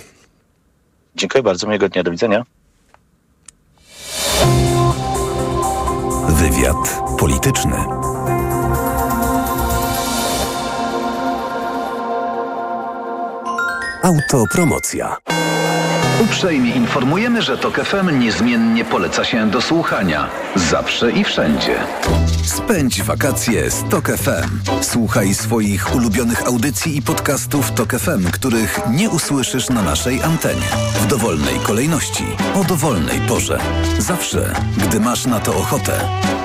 Dziękuję bardzo, miłego dnia, do widzenia. Wywiad polityczny. Autopromocja. Uprzejmie informujemy, że Tok F M niezmiennie poleca się do słuchania. Zawsze i wszędzie. Spędź wakacje z Tok F M. Słuchaj swoich ulubionych audycji i podcastów Tok F M, których nie usłyszysz na naszej antenie. W dowolnej kolejności, o dowolnej porze. Zawsze, gdy masz na to ochotę.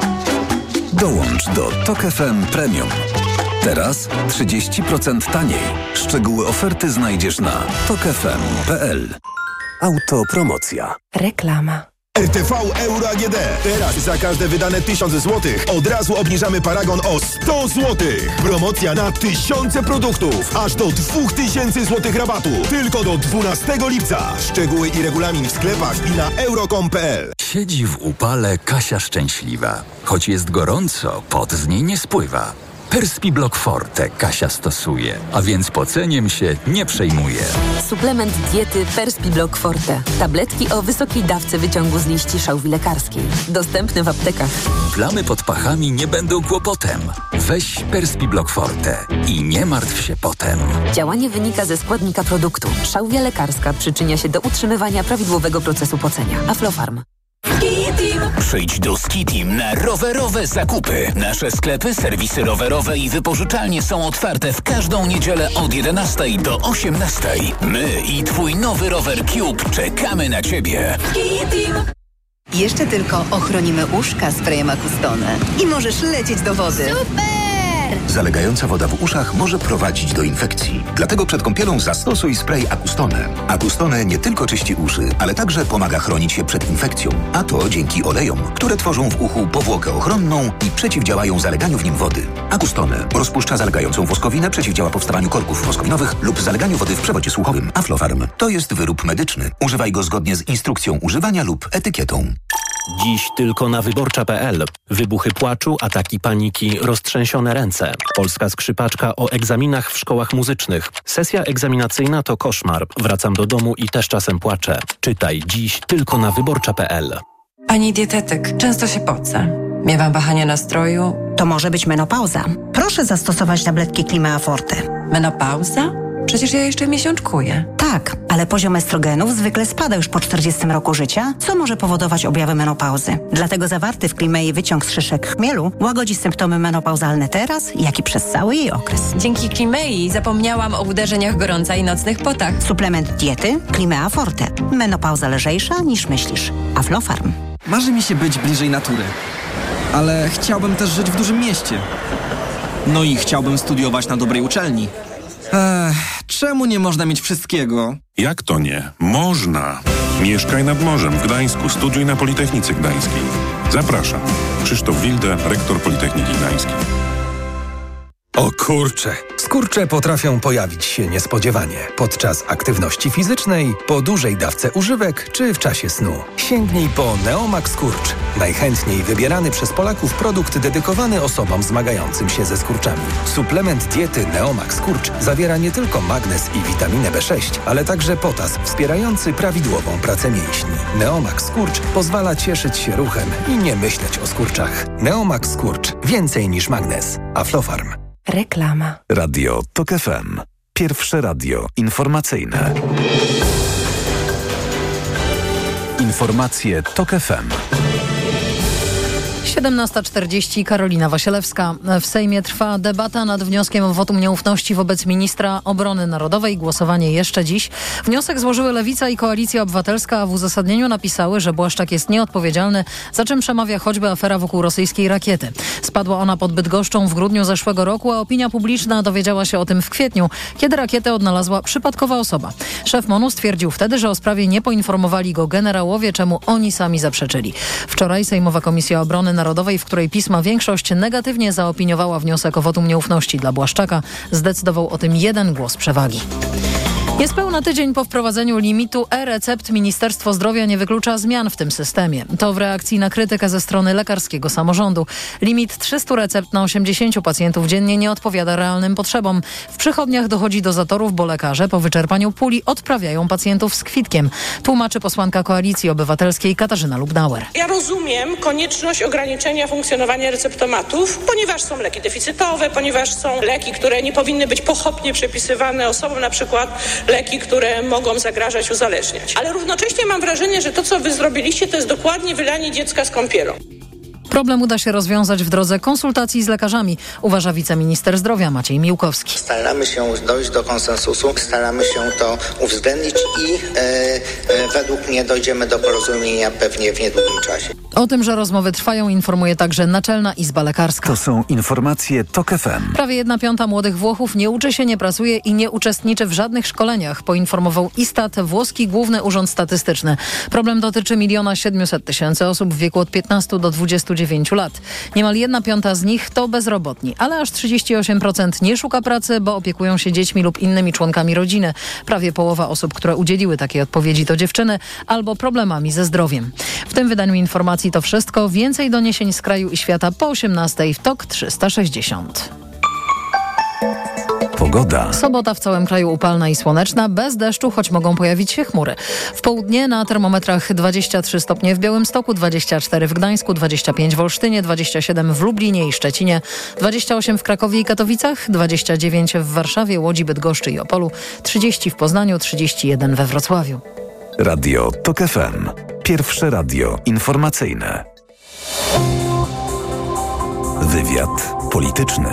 Dołącz do Tok F M Premium. Teraz trzydzieści procent taniej. Szczegóły oferty znajdziesz na tok f m kropka p l. Autopromocja. Reklama. R T V Euro A G D. Teraz za każde wydane tysiąc złotych od razu obniżamy paragon o sto złotych. Promocja na tysiące produktów. Aż do dwa tysiące złotych rabatu. Tylko do dwunastego lipca. Szczegóły i regulamin w sklepach i na euro kropka com kropka p l. Siedzi w upale Kasia szczęśliwa. Choć jest gorąco, pot z niej nie spływa. Perspi Block Forte Kasia stosuje, a więc poceniem się nie przejmuje. Suplement diety Perspi Block Forte. Tabletki o wysokiej dawce wyciągu z liści szałwi lekarskiej. Dostępne w aptekach. Plamy pod pachami nie będą kłopotem. Weź Perspi Block Forte i nie martw się potem. Działanie wynika ze składnika produktu. Szałwia lekarska przyczynia się do utrzymywania prawidłowego procesu pocenia. Aflofarm. Przyjdź do Skitim na rowerowe zakupy. Nasze sklepy, serwisy rowerowe i wypożyczalnie są otwarte w każdą niedzielę od jedenastej do osiemnastej. My i twój nowy rower Cube czekamy na ciebie. Jeszcze tylko ochronimy uszka sprayem Acustone i możesz lecieć do wody. Super! Zalegająca woda w uszach może prowadzić do infekcji. Dlatego przed kąpielą zastosuj spray Acustone. Acustone nie tylko czyści uszy, ale także pomaga chronić się przed infekcją. A to dzięki olejom, które tworzą w uchu powłokę ochronną i przeciwdziałają zaleganiu w nim wody. Acustone rozpuszcza zalegającą woskowinę, przeciwdziała powstawaniu korków woskowinowych lub zaleganiu wody w przewodzie słuchowym. Aflofarm to jest wyrób medyczny. Używaj go zgodnie z instrukcją używania lub etykietą. Dziś tylko na wyborcza kropka p l. Wybuchy płaczu, ataki paniki, roztrzęsione ręce. Polska skrzypaczka o egzaminach w szkołach muzycznych. Sesja egzaminacyjna to koszmar. Wracam do domu i też czasem płaczę. Czytaj dziś tylko na wyborcza kropka p l. Pani dietetyk, często się pocę. Miewam wahania nastroju. To może być menopauza. Proszę zastosować tabletki Climea Forte. Menopauza? Przecież ja jeszcze miesiączkuję. Tak, ale poziom estrogenów zwykle spada już po czterdziestym roku życia, co może powodować objawy menopauzy. Dlatego zawarty w Climei wyciąg z szyszek chmielu łagodzi symptomy menopauzalne teraz, jak i przez cały jej okres. Dzięki Climei zapomniałam o uderzeniach gorąca i nocnych potach. Suplement diety Climea Forte. Menopauza lżejsza niż myślisz. Aflofarm. Marzy mi się być bliżej natury, ale chciałbym też żyć w dużym mieście. No i chciałbym studiować na dobrej uczelni. Ech, czemu nie można mieć wszystkiego? Jak to nie? Można! Mieszkaj nad morzem w Gdańsku, studiuj na Politechnice Gdańskiej. Zapraszam. Krzysztof Wilde, rektor Politechniki Gdańskiej. O kurcze! Skurcze potrafią pojawić się niespodziewanie podczas aktywności fizycznej, po dużej dawce używek czy w czasie snu. Sięgnij po Neomax Skurcz. Najchętniej wybierany przez Polaków produkt dedykowany osobom zmagającym się ze skurczami. Suplement diety Neomax Skurcz zawiera nie tylko magnez i witaminę B sześć, ale także potas wspierający prawidłową pracę mięśni. Neomax Skurcz pozwala cieszyć się ruchem i nie myśleć o skurczach. Neomax Skurcz. Więcej niż magnez. Aflofarm. Reklama. Radio Tok F M. Pierwsze radio informacyjne. Informacje Tok F M. siedemnasta czterdzieści, Karolina Wasielewska. W Sejmie trwa debata nad wnioskiem o wotum nieufności wobec ministra obrony narodowej. Głosowanie jeszcze dziś. Wniosek złożyły Lewica i Koalicja Obywatelska, a w uzasadnieniu napisały, że Błaszczak jest nieodpowiedzialny, za czym przemawia choćby afera wokół rosyjskiej rakiety. Spadła ona pod Bydgoszczą w grudniu zeszłego roku, a opinia publiczna dowiedziała się o tym w kwietniu, kiedy rakietę odnalazła przypadkowa osoba. Szef MON-u stwierdził wtedy, że o sprawie nie poinformowali go generałowie, czemu oni sami zaprzeczyli. Wczoraj Sejmowa Komisja Obrony Narodowej, w której pisma większość negatywnie zaopiniowała wniosek o wotum nieufności dla Błaszczaka, zdecydował o tym jeden głos przewagi. Niespełna tydzień po wprowadzeniu limitu e-recept Ministerstwo Zdrowia nie wyklucza zmian w tym systemie. To w reakcji na krytykę ze strony lekarskiego samorządu. Limit trzystu recept na osiemdziesięciu pacjentów dziennie nie odpowiada realnym potrzebom. W przychodniach dochodzi do zatorów, bo lekarze po wyczerpaniu puli odprawiają pacjentów z kwitkiem. Tłumaczy posłanka Koalicji Obywatelskiej Katarzyna Lubnauer. Ja rozumiem konieczność ograniczenia funkcjonowania receptomatów, ponieważ są leki deficytowe, ponieważ są leki, które nie powinny być pochopnie przepisywane osobom, na przykład leki, które mogą zagrażać, uzależniać. Ale równocześnie mam wrażenie, że to, co wy zrobiliście, to jest dokładnie wylanie dziecka z kąpielą. Problem uda się rozwiązać w drodze konsultacji z lekarzami, uważa wiceminister zdrowia Maciej Miłkowski. Staramy się dojść do konsensusu, staramy się to uwzględnić i e, e, według mnie dojdziemy do porozumienia pewnie w niedługim czasie. O tym, że rozmowy trwają, informuje także Naczelna Izba Lekarska. To są informacje TOK F M. Prawie jedna piąta młodych Włochów nie uczy się, nie pracuje i nie uczestniczy w żadnych szkoleniach, poinformował Istat, włoski Główny Urząd Statystyczny. Problem dotyczy miliona siedmiuset tysięcy osób w wieku od piętnastu do dwudziestu dziewięciu lat. Niemal jedna piąta z nich to bezrobotni, ale aż trzydzieści osiem procent nie szuka pracy, bo opiekują się dziećmi lub innymi członkami rodziny. Prawie połowa osób, które udzieliły takiej odpowiedzi, to dziewczyny albo problemami ze zdrowiem. W tym wydaniu informacji to wszystko. Więcej doniesień z kraju i świata po osiemnastej w TOK trzysta sześćdziesiąt. Pogoda. Sobota w całym kraju upalna i słoneczna, bez deszczu, choć mogą pojawić się chmury. W południe na termometrach dwadzieścia trzy stopnie w Białymstoku, dwadzieścia cztery w Gdańsku, dwadzieścia pięć w Olsztynie, dwadzieścia siedem w Lublinie i Szczecinie, dwadzieścia osiem w Krakowie i Katowicach, dwadzieścia dziewięć w Warszawie, Łodzi, Bydgoszczy i Opolu, trzydzieści w Poznaniu, trzydzieści jeden we Wrocławiu. Radio TOK F M. Pierwsze radio informacyjne. Wywiad polityczny.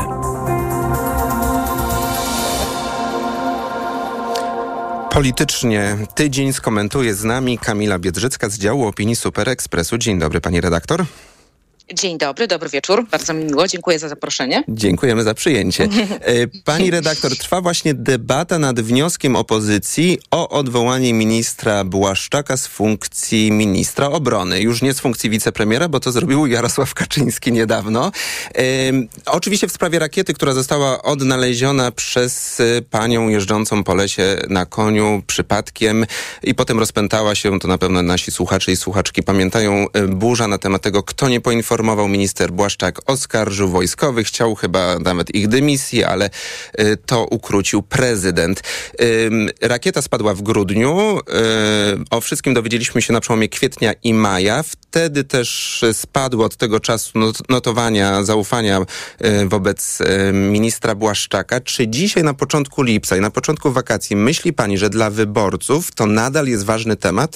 Politycznie tydzień skomentuje z nami Kamila Biedrzycka z działu opinii Super Expressu. Dzień dobry, pani redaktor. Dzień dobry, dobry wieczór. Bardzo mi miło, dziękuję za zaproszenie. Dziękujemy za przyjęcie. Pani redaktor, trwa właśnie debata nad wnioskiem opozycji o odwołanie ministra Błaszczaka z funkcji ministra obrony. Już nie z funkcji wicepremiera, bo to zrobił Jarosław Kaczyński niedawno. Ym, oczywiście w sprawie rakiety, która została odnaleziona przez panią jeżdżącą po lesie na koniu przypadkiem i potem rozpętała się, to na pewno nasi słuchacze i słuchaczki pamiętają, burza na temat tego, kto nie poinformował. Minister Błaszczak oskarżył wojskowych, chciał chyba nawet ich dymisji, ale y, to ukrócił prezydent. Y, rakieta spadła w grudniu. Y, o wszystkim dowiedzieliśmy się na przełomie kwietnia i maja. Wtedy też spadło od tego czasu not- notowania zaufania y, wobec y, ministra Błaszczaka. Czy dzisiaj na początku lipca i na początku wakacji myśli pani, że dla wyborców to nadal jest ważny temat?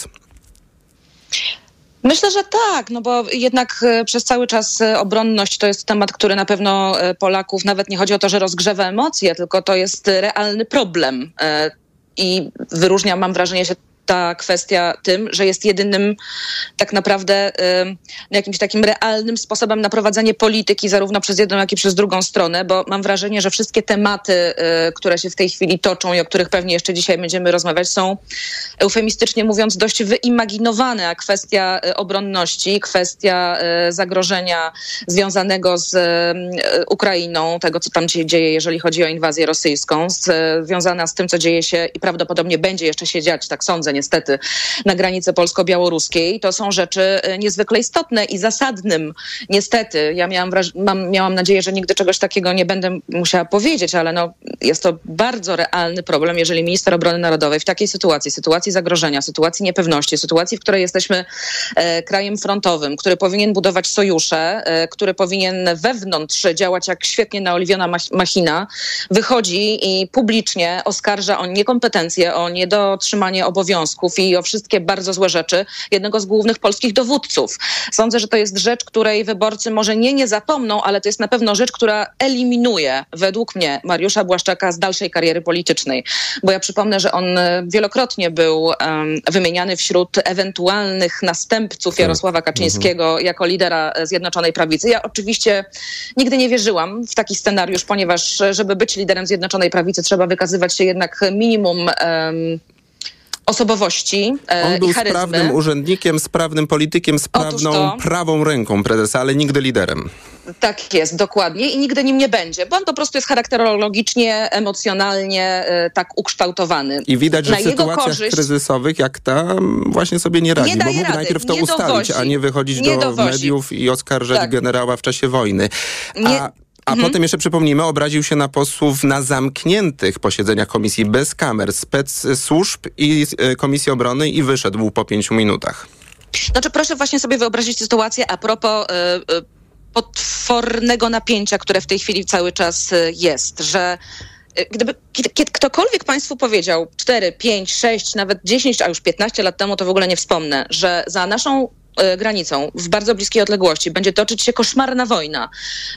Myślę, że tak, no bo jednak przez cały czas obronność to jest temat, który na pewno Polaków, nawet nie chodzi o to, że rozgrzewa emocje, tylko to jest realny problem i wyróżnia, mam wrażenie, się ta kwestia tym, że jest jedynym tak naprawdę y, jakimś takim realnym sposobem na prowadzenie polityki zarówno przez jedną, jak i przez drugą stronę, bo mam wrażenie, że wszystkie tematy, y, które się w tej chwili toczą i o których pewnie jeszcze dzisiaj będziemy rozmawiać, są eufemistycznie mówiąc dość wyimaginowane, a kwestia y, obronności, kwestia y, zagrożenia związanego z y, Ukrainą, tego co tam się dzieje, jeżeli chodzi o inwazję rosyjską, z, y, związana z tym, co dzieje się i prawdopodobnie będzie jeszcze się dziać, tak sądzę, niestety, na granicy polsko-białoruskiej. To są rzeczy niezwykle istotne i zasadnym, niestety. Ja miałam, wraż- mam, miałam nadzieję, że nigdy czegoś takiego nie będę musiała powiedzieć, ale no, jest to bardzo realny problem, jeżeli minister obrony narodowej w takiej sytuacji, sytuacji zagrożenia, sytuacji niepewności, sytuacji, w której jesteśmy e, krajem frontowym, który powinien budować sojusze, e, który powinien wewnątrz działać jak świetnie naoliwiona mach- machina, wychodzi i publicznie oskarża o niekompetencje, o niedotrzymanie obowiązków i o wszystkie bardzo złe rzeczy jednego z głównych polskich dowódców. Sądzę, że to jest rzecz, której wyborcy może nie nie zapomną, ale to jest na pewno rzecz, która eliminuje według mnie Mariusza Błaszczaka z dalszej kariery politycznej. Bo ja przypomnę, że on wielokrotnie był um, wymieniany wśród ewentualnych następców Jarosława Kaczyńskiego mhm. jako lidera Zjednoczonej Prawicy. Ja oczywiście nigdy nie wierzyłam w taki scenariusz, ponieważ żeby być liderem Zjednoczonej Prawicy trzeba wykazywać się jednak minimum um, osobowości e, On był i charyzmy. sprawnym urzędnikiem, sprawnym politykiem, sprawną to, prawą ręką prezesa, ale nigdy liderem. Tak jest, dokładnie. I nigdy nim nie będzie, bo on po prostu jest charakterologicznie, emocjonalnie e, tak ukształtowany. I widać, że Na w sytuacjach korzyść, kryzysowych jak ta właśnie sobie nie radzi, nie bo mógł rady, najpierw to nie ustalić, dowozi, a nie wychodzić nie do dowozi. mediów i oskarżać tak. generała w czasie wojny. A Nie... A mhm. potem jeszcze przypomnijmy, obraził się na posłów na zamkniętych posiedzeniach komisji bez kamer, spec służb i y, Komisji Obrony i wyszedł po pięciu minutach. Znaczy proszę właśnie sobie wyobrazić sytuację a propos y, y, potwornego napięcia, które w tej chwili cały czas y, jest, że y, gdyby kiedy ktokolwiek państwu powiedział cztery, pięć, sześć, nawet dziesięć, a już piętnaście lat temu, to w ogóle nie wspomnę, że za naszą granicą, w bardzo bliskiej odległości, będzie toczyć się koszmarna wojna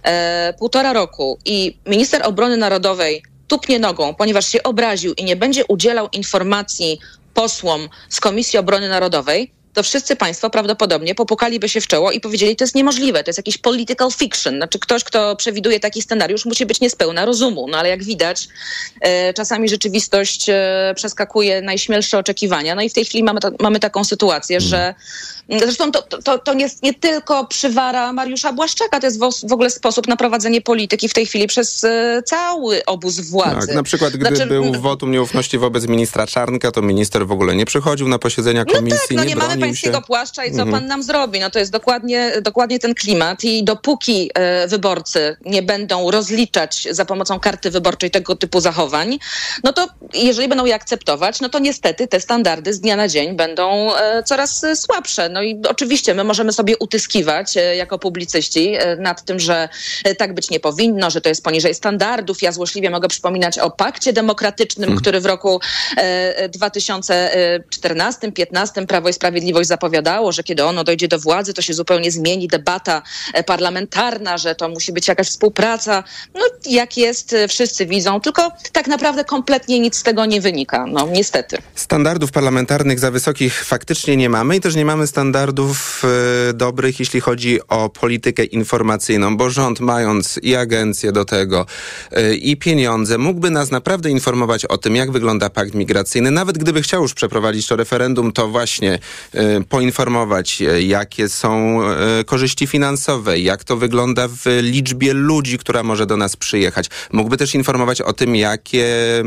e, półtora roku i minister obrony narodowej tupnie nogą, ponieważ się obraził i nie będzie udzielał informacji posłom z Komisji Obrony Narodowej, to wszyscy państwo prawdopodobnie popukaliby się w czoło i powiedzieli, to jest niemożliwe, to jest jakiś political fiction. Znaczy ktoś, kto przewiduje taki scenariusz, musi być niespełna rozumu. No ale jak widać, e, czasami rzeczywistość e, przeskakuje najśmielsze oczekiwania. No i w tej chwili mamy, ta, mamy taką sytuację, mm. że zresztą to, to, to jest nie tylko przywara Mariusza Błaszczaka, to jest w, w ogóle sposób na prowadzenie polityki w tej chwili przez e, cały obóz władzy. Tak, na przykład gdy znaczy, był wotum nieufności wobec ministra Czarnka, to minister w ogóle nie przychodził na posiedzenia komisji, no tak, no nie, nie mamy pańskiego się. płaszcza i co mhm. pan nam zrobi? No to jest dokładnie, dokładnie ten klimat i dopóki e, wyborcy nie będą rozliczać za pomocą karty wyborczej tego typu zachowań, no to jeżeli będą je akceptować, no to niestety te standardy z dnia na dzień będą e, coraz słabsze. No i oczywiście my możemy sobie utyskiwać e, jako publicyści e, nad tym, że e, tak być nie powinno, że to jest poniżej standardów. Ja złośliwie mogę przypominać o pakcie demokratycznym, hmm. który w roku e, dwa tysiące czternastym piętnastym Prawo i Sprawiedliwość zapowiadało, że kiedy ono dojdzie do władzy, to się zupełnie zmieni debata parlamentarna, że to musi być jakaś współpraca. No jak jest, wszyscy widzą, tylko tak naprawdę kompletnie nic z tego nie wynika. No niestety. Standardów parlamentarnych za wysokich faktycznie nie mamy i też nie mamy standardów e, dobrych, jeśli chodzi o politykę informacyjną, bo rząd, mając i agencję do tego e, i pieniądze, mógłby nas naprawdę informować o tym, jak wygląda pakt migracyjny. Nawet gdyby chciał już przeprowadzić to referendum, to właśnie e, poinformować, e, jakie są e, korzyści finansowe, jak to wygląda w liczbie ludzi, która może do nas przyjechać. Mógłby też informować o tym, jakie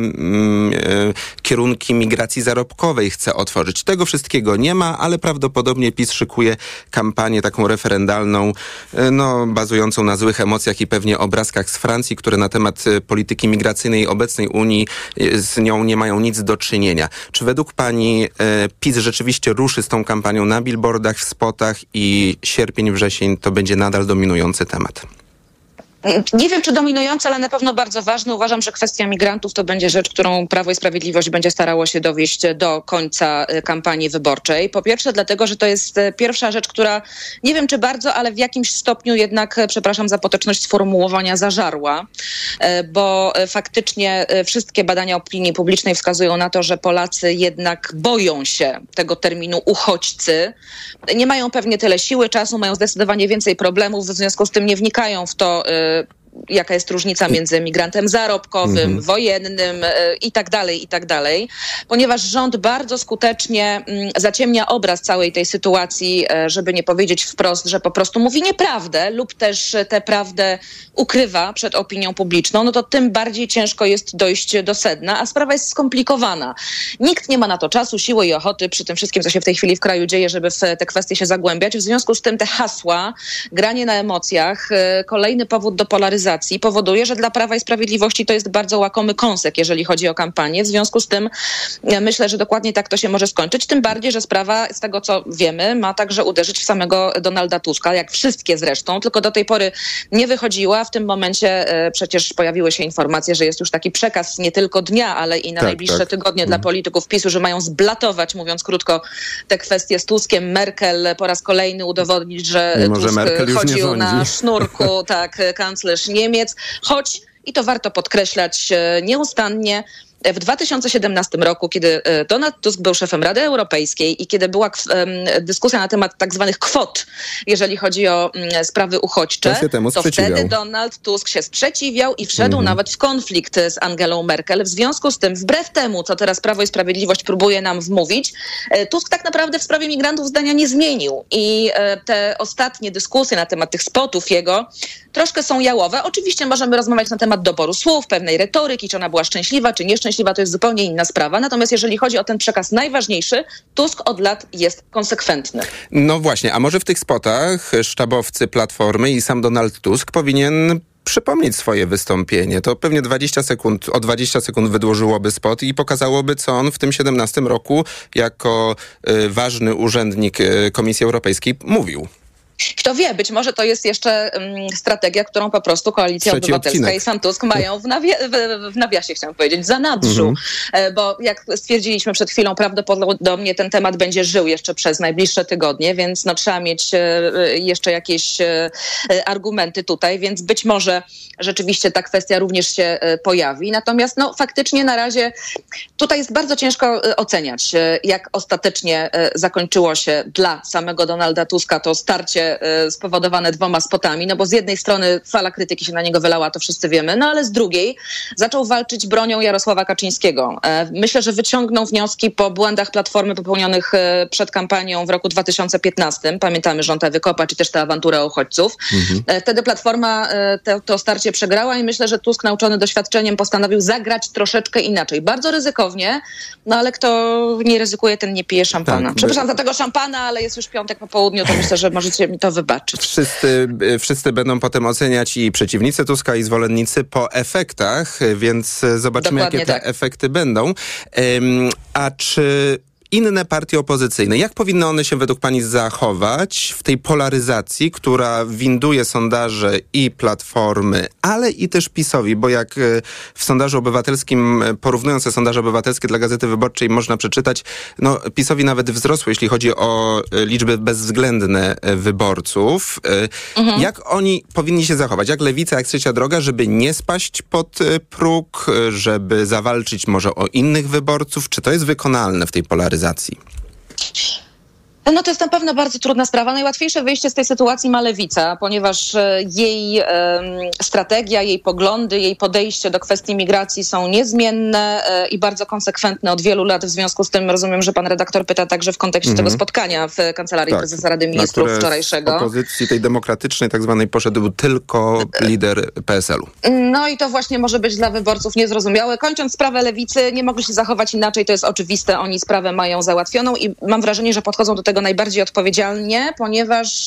mm, e, kierunki migracji zarobkowej chce otworzyć. Tego wszystkiego nie ma, ale prawdopodobnie PiS szykuje kampanię taką referendalną, e, no, bazującą na złych emocjach i pewnie obrazkach z Francji, które na temat e, polityki migracyjnej obecnej Unii e, z nią nie mają nic do czynienia. Czy według pani e, PiS rzeczywiście ruszy z tą kampanią na billboardach, w spotach i sierpień, wrzesień to będzie nadal dominujący temat? Nie wiem, czy dominujący, ale na pewno bardzo ważny. Uważam, że kwestia migrantów to będzie rzecz, którą Prawo i Sprawiedliwość będzie starało się dowieść do końca kampanii wyborczej. Po pierwsze dlatego, że to jest pierwsza rzecz, która nie wiem, czy bardzo, ale w jakimś stopniu jednak, przepraszam za potoczność sformułowania, zażarła, bo faktycznie wszystkie badania opinii publicznej wskazują na to, że Polacy jednak boją się tego terminu uchodźcy. Nie mają pewnie tyle siły, czasu, mają zdecydowanie więcej problemów, w związku z tym nie wnikają w to, jaka jest różnica między migrantem zarobkowym, mm-hmm. wojennym y, i tak dalej, i tak dalej. Ponieważ rząd bardzo skutecznie y, zaciemnia obraz całej tej sytuacji, y, żeby nie powiedzieć wprost, że po prostu mówi nieprawdę lub też tę prawdę ukrywa przed opinią publiczną, no to tym bardziej ciężko jest dojść do sedna, a sprawa jest skomplikowana. Nikt nie ma na to czasu, siły i ochoty przy tym wszystkim, co się w tej chwili w kraju dzieje, żeby w te kwestie się zagłębiać. W związku z tym te hasła, granie na emocjach, y, kolejny powód do polaryzacji powoduje, że dla Prawa i Sprawiedliwości to jest bardzo łakomy kąsek, jeżeli chodzi o kampanię. W związku z tym ja myślę, że dokładnie tak to się może skończyć. Tym bardziej, że sprawa, z tego co wiemy, ma także uderzyć w samego Donalda Tuska, jak wszystkie zresztą, tylko do tej pory nie wychodziła. W tym momencie e, przecież pojawiły się informacje, że jest już taki przekaz nie tylko dnia, ale i na tak, najbliższe tak. tygodnie mm. dla polityków PiSu, że mają zblatować, mówiąc krótko, te kwestie z Tuskiem. Merkel po raz kolejny udowodnić, że Mimo, Tusk że chodził na sznurku, tak, kanclerz Niemiec, choć, i to warto podkreślać nieustannie, w dwa tysiące siedemnastym roku, kiedy Donald Tusk był szefem Rady Europejskiej i kiedy była dyskusja na temat tak zwanych kwot, jeżeli chodzi o sprawy uchodźcze, to wtedy Donald Tusk się sprzeciwiał i wszedł mhm. nawet w konflikt z Angelą Merkel. W związku z tym, wbrew temu, co teraz Prawo i Sprawiedliwość próbuje nam wmówić, Tusk tak naprawdę w sprawie migrantów zdania nie zmienił. I te ostatnie dyskusje na temat tych spotów jego troszkę są jałowe. Oczywiście możemy rozmawiać na temat doboru słów, pewnej retoryki, czy ona była szczęśliwa, czy nieszczęśliwa, to jest zupełnie inna sprawa. Natomiast jeżeli chodzi o ten przekaz najważniejszy, Tusk od lat jest konsekwentny. No właśnie, a może w tych spotach sztabowcy Platformy i sam Donald Tusk powinien przypomnieć swoje wystąpienie. To pewnie dwadzieścia sekund, o dwadzieścia sekund wydłużyłoby spot i pokazałoby, co on w tym siedemnastym roku jako y, ważny urzędnik y, Komisji Europejskiej mówił. Kto wie, być może to jest jeszcze um, strategia, którą po prostu Koalicja Trzeci Obywatelska odcinek. i sam Tusk mają w, nawi- w, w nawiasie, chciałam powiedzieć, w zanadrzu. Mhm. E, bo jak stwierdziliśmy przed chwilą, prawdopodobnie ten temat będzie żył jeszcze przez najbliższe tygodnie, więc no, trzeba mieć e, jeszcze jakieś e, argumenty tutaj, więc być może rzeczywiście ta kwestia również się e, pojawi. Natomiast no, faktycznie na razie tutaj jest bardzo ciężko e, oceniać, e, jak ostatecznie e, zakończyło się dla samego Donalda Tuska to starcie spowodowane dwoma spotami, no bo z jednej strony fala krytyki się na niego wylała, to wszyscy wiemy, no ale z drugiej zaczął walczyć bronią Jarosława Kaczyńskiego. Myślę, że wyciągnął wnioski po błędach Platformy popełnionych przed kampanią w roku dwa tysiące piętnastym. Pamiętamy rząd Ewy Kopacz czy też tę awanturę o uchodźców. Mhm. Wtedy Platforma te, to starcie przegrała i myślę, że Tusk, nauczony doświadczeniem, postanowił zagrać troszeczkę inaczej. Bardzo ryzykownie, no ale kto nie ryzykuje, ten nie pije szampana. Tak, Przepraszam by... za tego szampana, ale jest już piątek po południu, to myślę, że możecie mi to wybaczyć. Wszyscy, wszyscy będą potem oceniać i przeciwnicy Tuska, i zwolennicy po efektach, więc zobaczymy, Dokładnie jakie te tak. efekty będą. Um, a czy inne partie opozycyjne, jak powinny one się według pani zachować w tej polaryzacji, która winduje sondaże i Platformy, ale i też PiS-owi, bo jak w sondażu obywatelskim, porównując te sondaże obywatelskie dla Gazety Wyborczej, można przeczytać, no PiS-owi nawet wzrosło, jeśli chodzi o liczby bezwzględne wyborców. Mhm. Jak oni powinni się zachować? Jak Lewica, jak Trzecia Droga, żeby nie spaść pod próg, żeby zawalczyć może o innych wyborców? Czy to jest wykonalne w tej polaryzacji? No to jest na pewno bardzo trudna sprawa. Najłatwiejsze wyjście z tej sytuacji ma Lewica, ponieważ jej um, strategia, jej poglądy, jej podejście do kwestii migracji są niezmienne e, i bardzo konsekwentne od wielu lat. W związku z tym rozumiem, że pan redaktor pyta także w kontekście mm-hmm. tego spotkania w Kancelarii tak, Prezesa Rady Ministrów na wczorajszego. Z opozycji tej demokratycznej tak zwanej poszedł tylko lider P S L-u. No i to właśnie może być dla wyborców niezrozumiałe. Kończąc sprawę Lewicy, nie mogli się zachować inaczej, to jest oczywiste. Oni sprawę mają załatwioną i mam wrażenie, że podchodzą do tego najbardziej odpowiedzialnie, ponieważ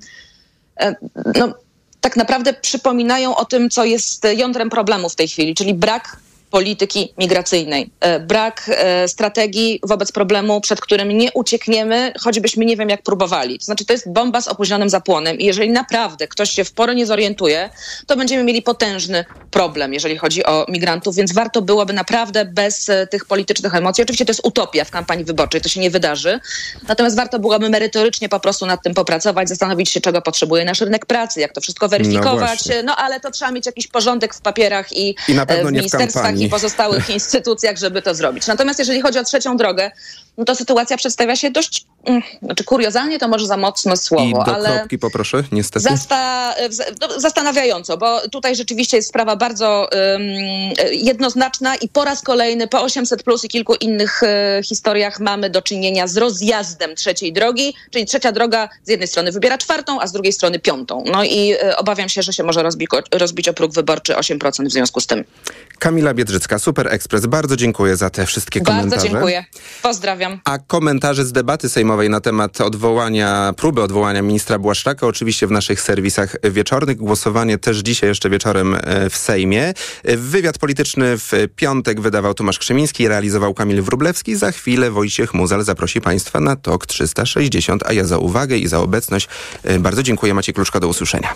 no, tak naprawdę przypominają o tym, co jest jądrem problemu w tej chwili, czyli brak polityki migracyjnej, brak strategii wobec problemu, przed którym nie uciekniemy, choćbyśmy nie wiem jak próbowali. To znaczy to jest bomba z opóźnionym zapłonem i jeżeli naprawdę ktoś się w porę nie zorientuje, to będziemy mieli potężny problem, jeżeli chodzi o migrantów, więc warto byłoby naprawdę bez tych politycznych emocji, oczywiście to jest utopia w kampanii wyborczej, to się nie wydarzy, natomiast warto byłoby merytorycznie po prostu nad tym popracować, zastanowić się, czego potrzebuje nasz rynek pracy, jak to wszystko weryfikować, no, no ale to trzeba mieć jakiś porządek w papierach i, I na pewno w ministerstwach i pozostałych instytucjach, żeby to zrobić. Natomiast jeżeli chodzi o trzecią drogę, no to sytuacja przedstawia się dość, mm, znaczy kuriozalnie to może za mocne słowo, I do ale... kropki poproszę, niestety. Zasta- zastanawiająco, bo tutaj rzeczywiście jest sprawa bardzo um, jednoznaczna i po raz kolejny po osiemset plus i kilku innych e, historiach mamy do czynienia z rozjazdem trzeciej drogi, czyli trzecia droga z jednej strony wybiera czwartą, a z drugiej strony piątą. No i e, obawiam się, że się może rozbi- rozbić o próg wyborczy osiem procent w związku z tym. Kamila Biedrzycka, Super Express. Bardzo dziękuję za te wszystkie komentarze. Bardzo dziękuję. Pozdrawiam. A komentarze z debaty sejmowej na temat odwołania, próby odwołania ministra Błaszczaka oczywiście w naszych serwisach wieczornych. Głosowanie też dzisiaj jeszcze wieczorem w Sejmie. Wywiad polityczny w piątek wydawał Tomasz Krzemiński, realizował Kamil Wróblewski. Za chwilę Wojciech Muzal zaprosi Państwa na TOK trzysta sześćdziesiąt, a ja za uwagę i za obecność bardzo dziękuję. Maciej Kluczka, do usłyszenia.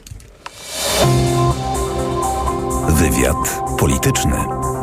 Wywiad polityczny.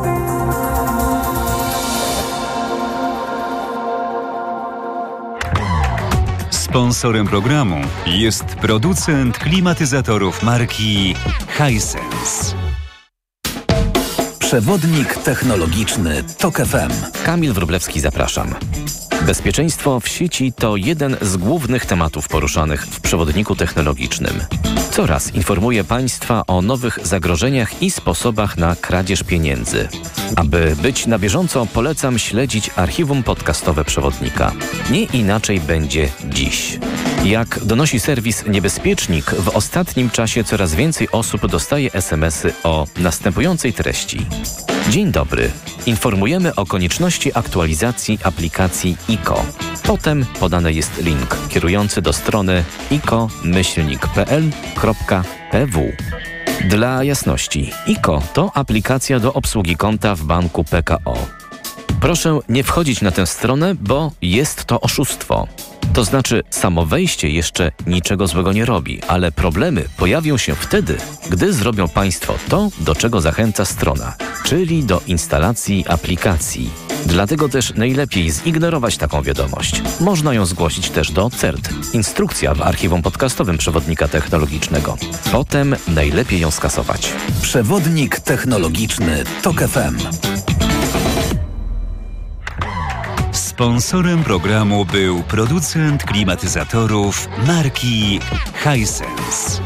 Sponsorem programu jest producent klimatyzatorów marki Hisense. Przewodnik technologiczny TOK F M. Kamil Wróblewski, zapraszam. Bezpieczeństwo w sieci to jeden z głównych tematów poruszanych w przewodniku technologicznym. Coraz informuję Państwa o nowych zagrożeniach i sposobach na kradzież pieniędzy. Aby być na bieżąco, polecam śledzić archiwum podcastowe przewodnika. Nie inaczej będzie dziś. Jak donosi serwis Niebezpiecznik, w ostatnim czasie coraz więcej osób dostaje es em esy o następującej treści. Dzień dobry. Informujemy o konieczności aktualizacji aplikacji I K O. Potem podany jest link kierujący do strony i k o myślnik kropka p l kropka p w. Dla jasności, I K O to aplikacja do obsługi konta w banku P K O. Proszę nie wchodzić na tę stronę, bo jest to oszustwo. To znaczy, samo wejście jeszcze niczego złego nie robi, ale problemy pojawią się wtedy, gdy zrobią Państwo to, do czego zachęca strona, czyli do instalacji aplikacji. Dlatego też najlepiej zignorować taką wiadomość. Można ją zgłosić też do C E R T. Instrukcja w archiwum podcastowym przewodnika technologicznego. Potem najlepiej ją skasować. Przewodnik technologiczny TOK F M. Sponsorem programu był producent klimatyzatorów marki Hisense.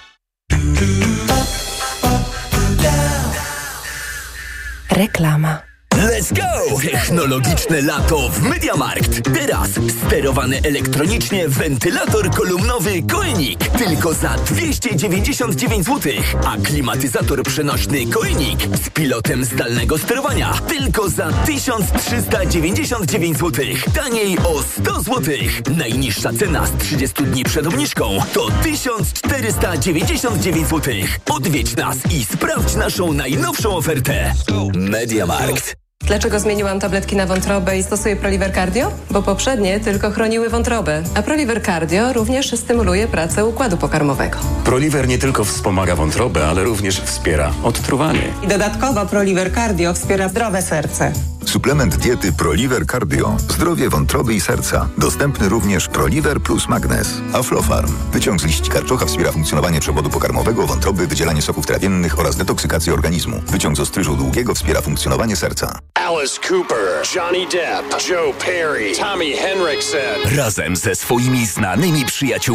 Reklama. Let's go! Technologiczne lato w MediaMarkt. Teraz sterowany elektronicznie wentylator kolumnowy Koenig. Tylko za dwieście dziewięćdziesiąt dziewięć złotych. A klimatyzator przenośny Koenig z pilotem zdalnego sterowania. Tylko za tysiąc trzysta dziewięćdziesiąt dziewięć złotych. Taniej o sto złotych. Najniższa cena z trzydziestu dni przed obniżką to tysiąc czterysta dziewięćdziesiąt dziewięć złotych. Odwiedź nas i sprawdź naszą najnowszą ofertę. MediaMarkt. Dlaczego zmieniłam tabletki na wątrobę i stosuję Proliver Cardio? Bo poprzednie tylko chroniły wątrobę, a Proliver Cardio również stymuluje pracę układu pokarmowego. Proliver nie tylko wspomaga wątrobę, ale również wspiera odtruwanie. I dodatkowo Proliver Cardio wspiera zdrowe serce. Suplement diety Proliver Cardio. Zdrowie wątroby i serca. Dostępny również Proliver plus Magnes. Aflofarm. Wyciąg z liści karczocha wspiera funkcjonowanie przewodu pokarmowego, wątroby, wydzielanie soków trawiennych oraz detoksykację organizmu. Wyciąg z ostryżu długiego wspiera funkcjonowanie serca. Alice Cooper, Johnny Depp, Joe Perry, Tommy Henriksen. Razem ze swoimi znanymi przyjaciółmi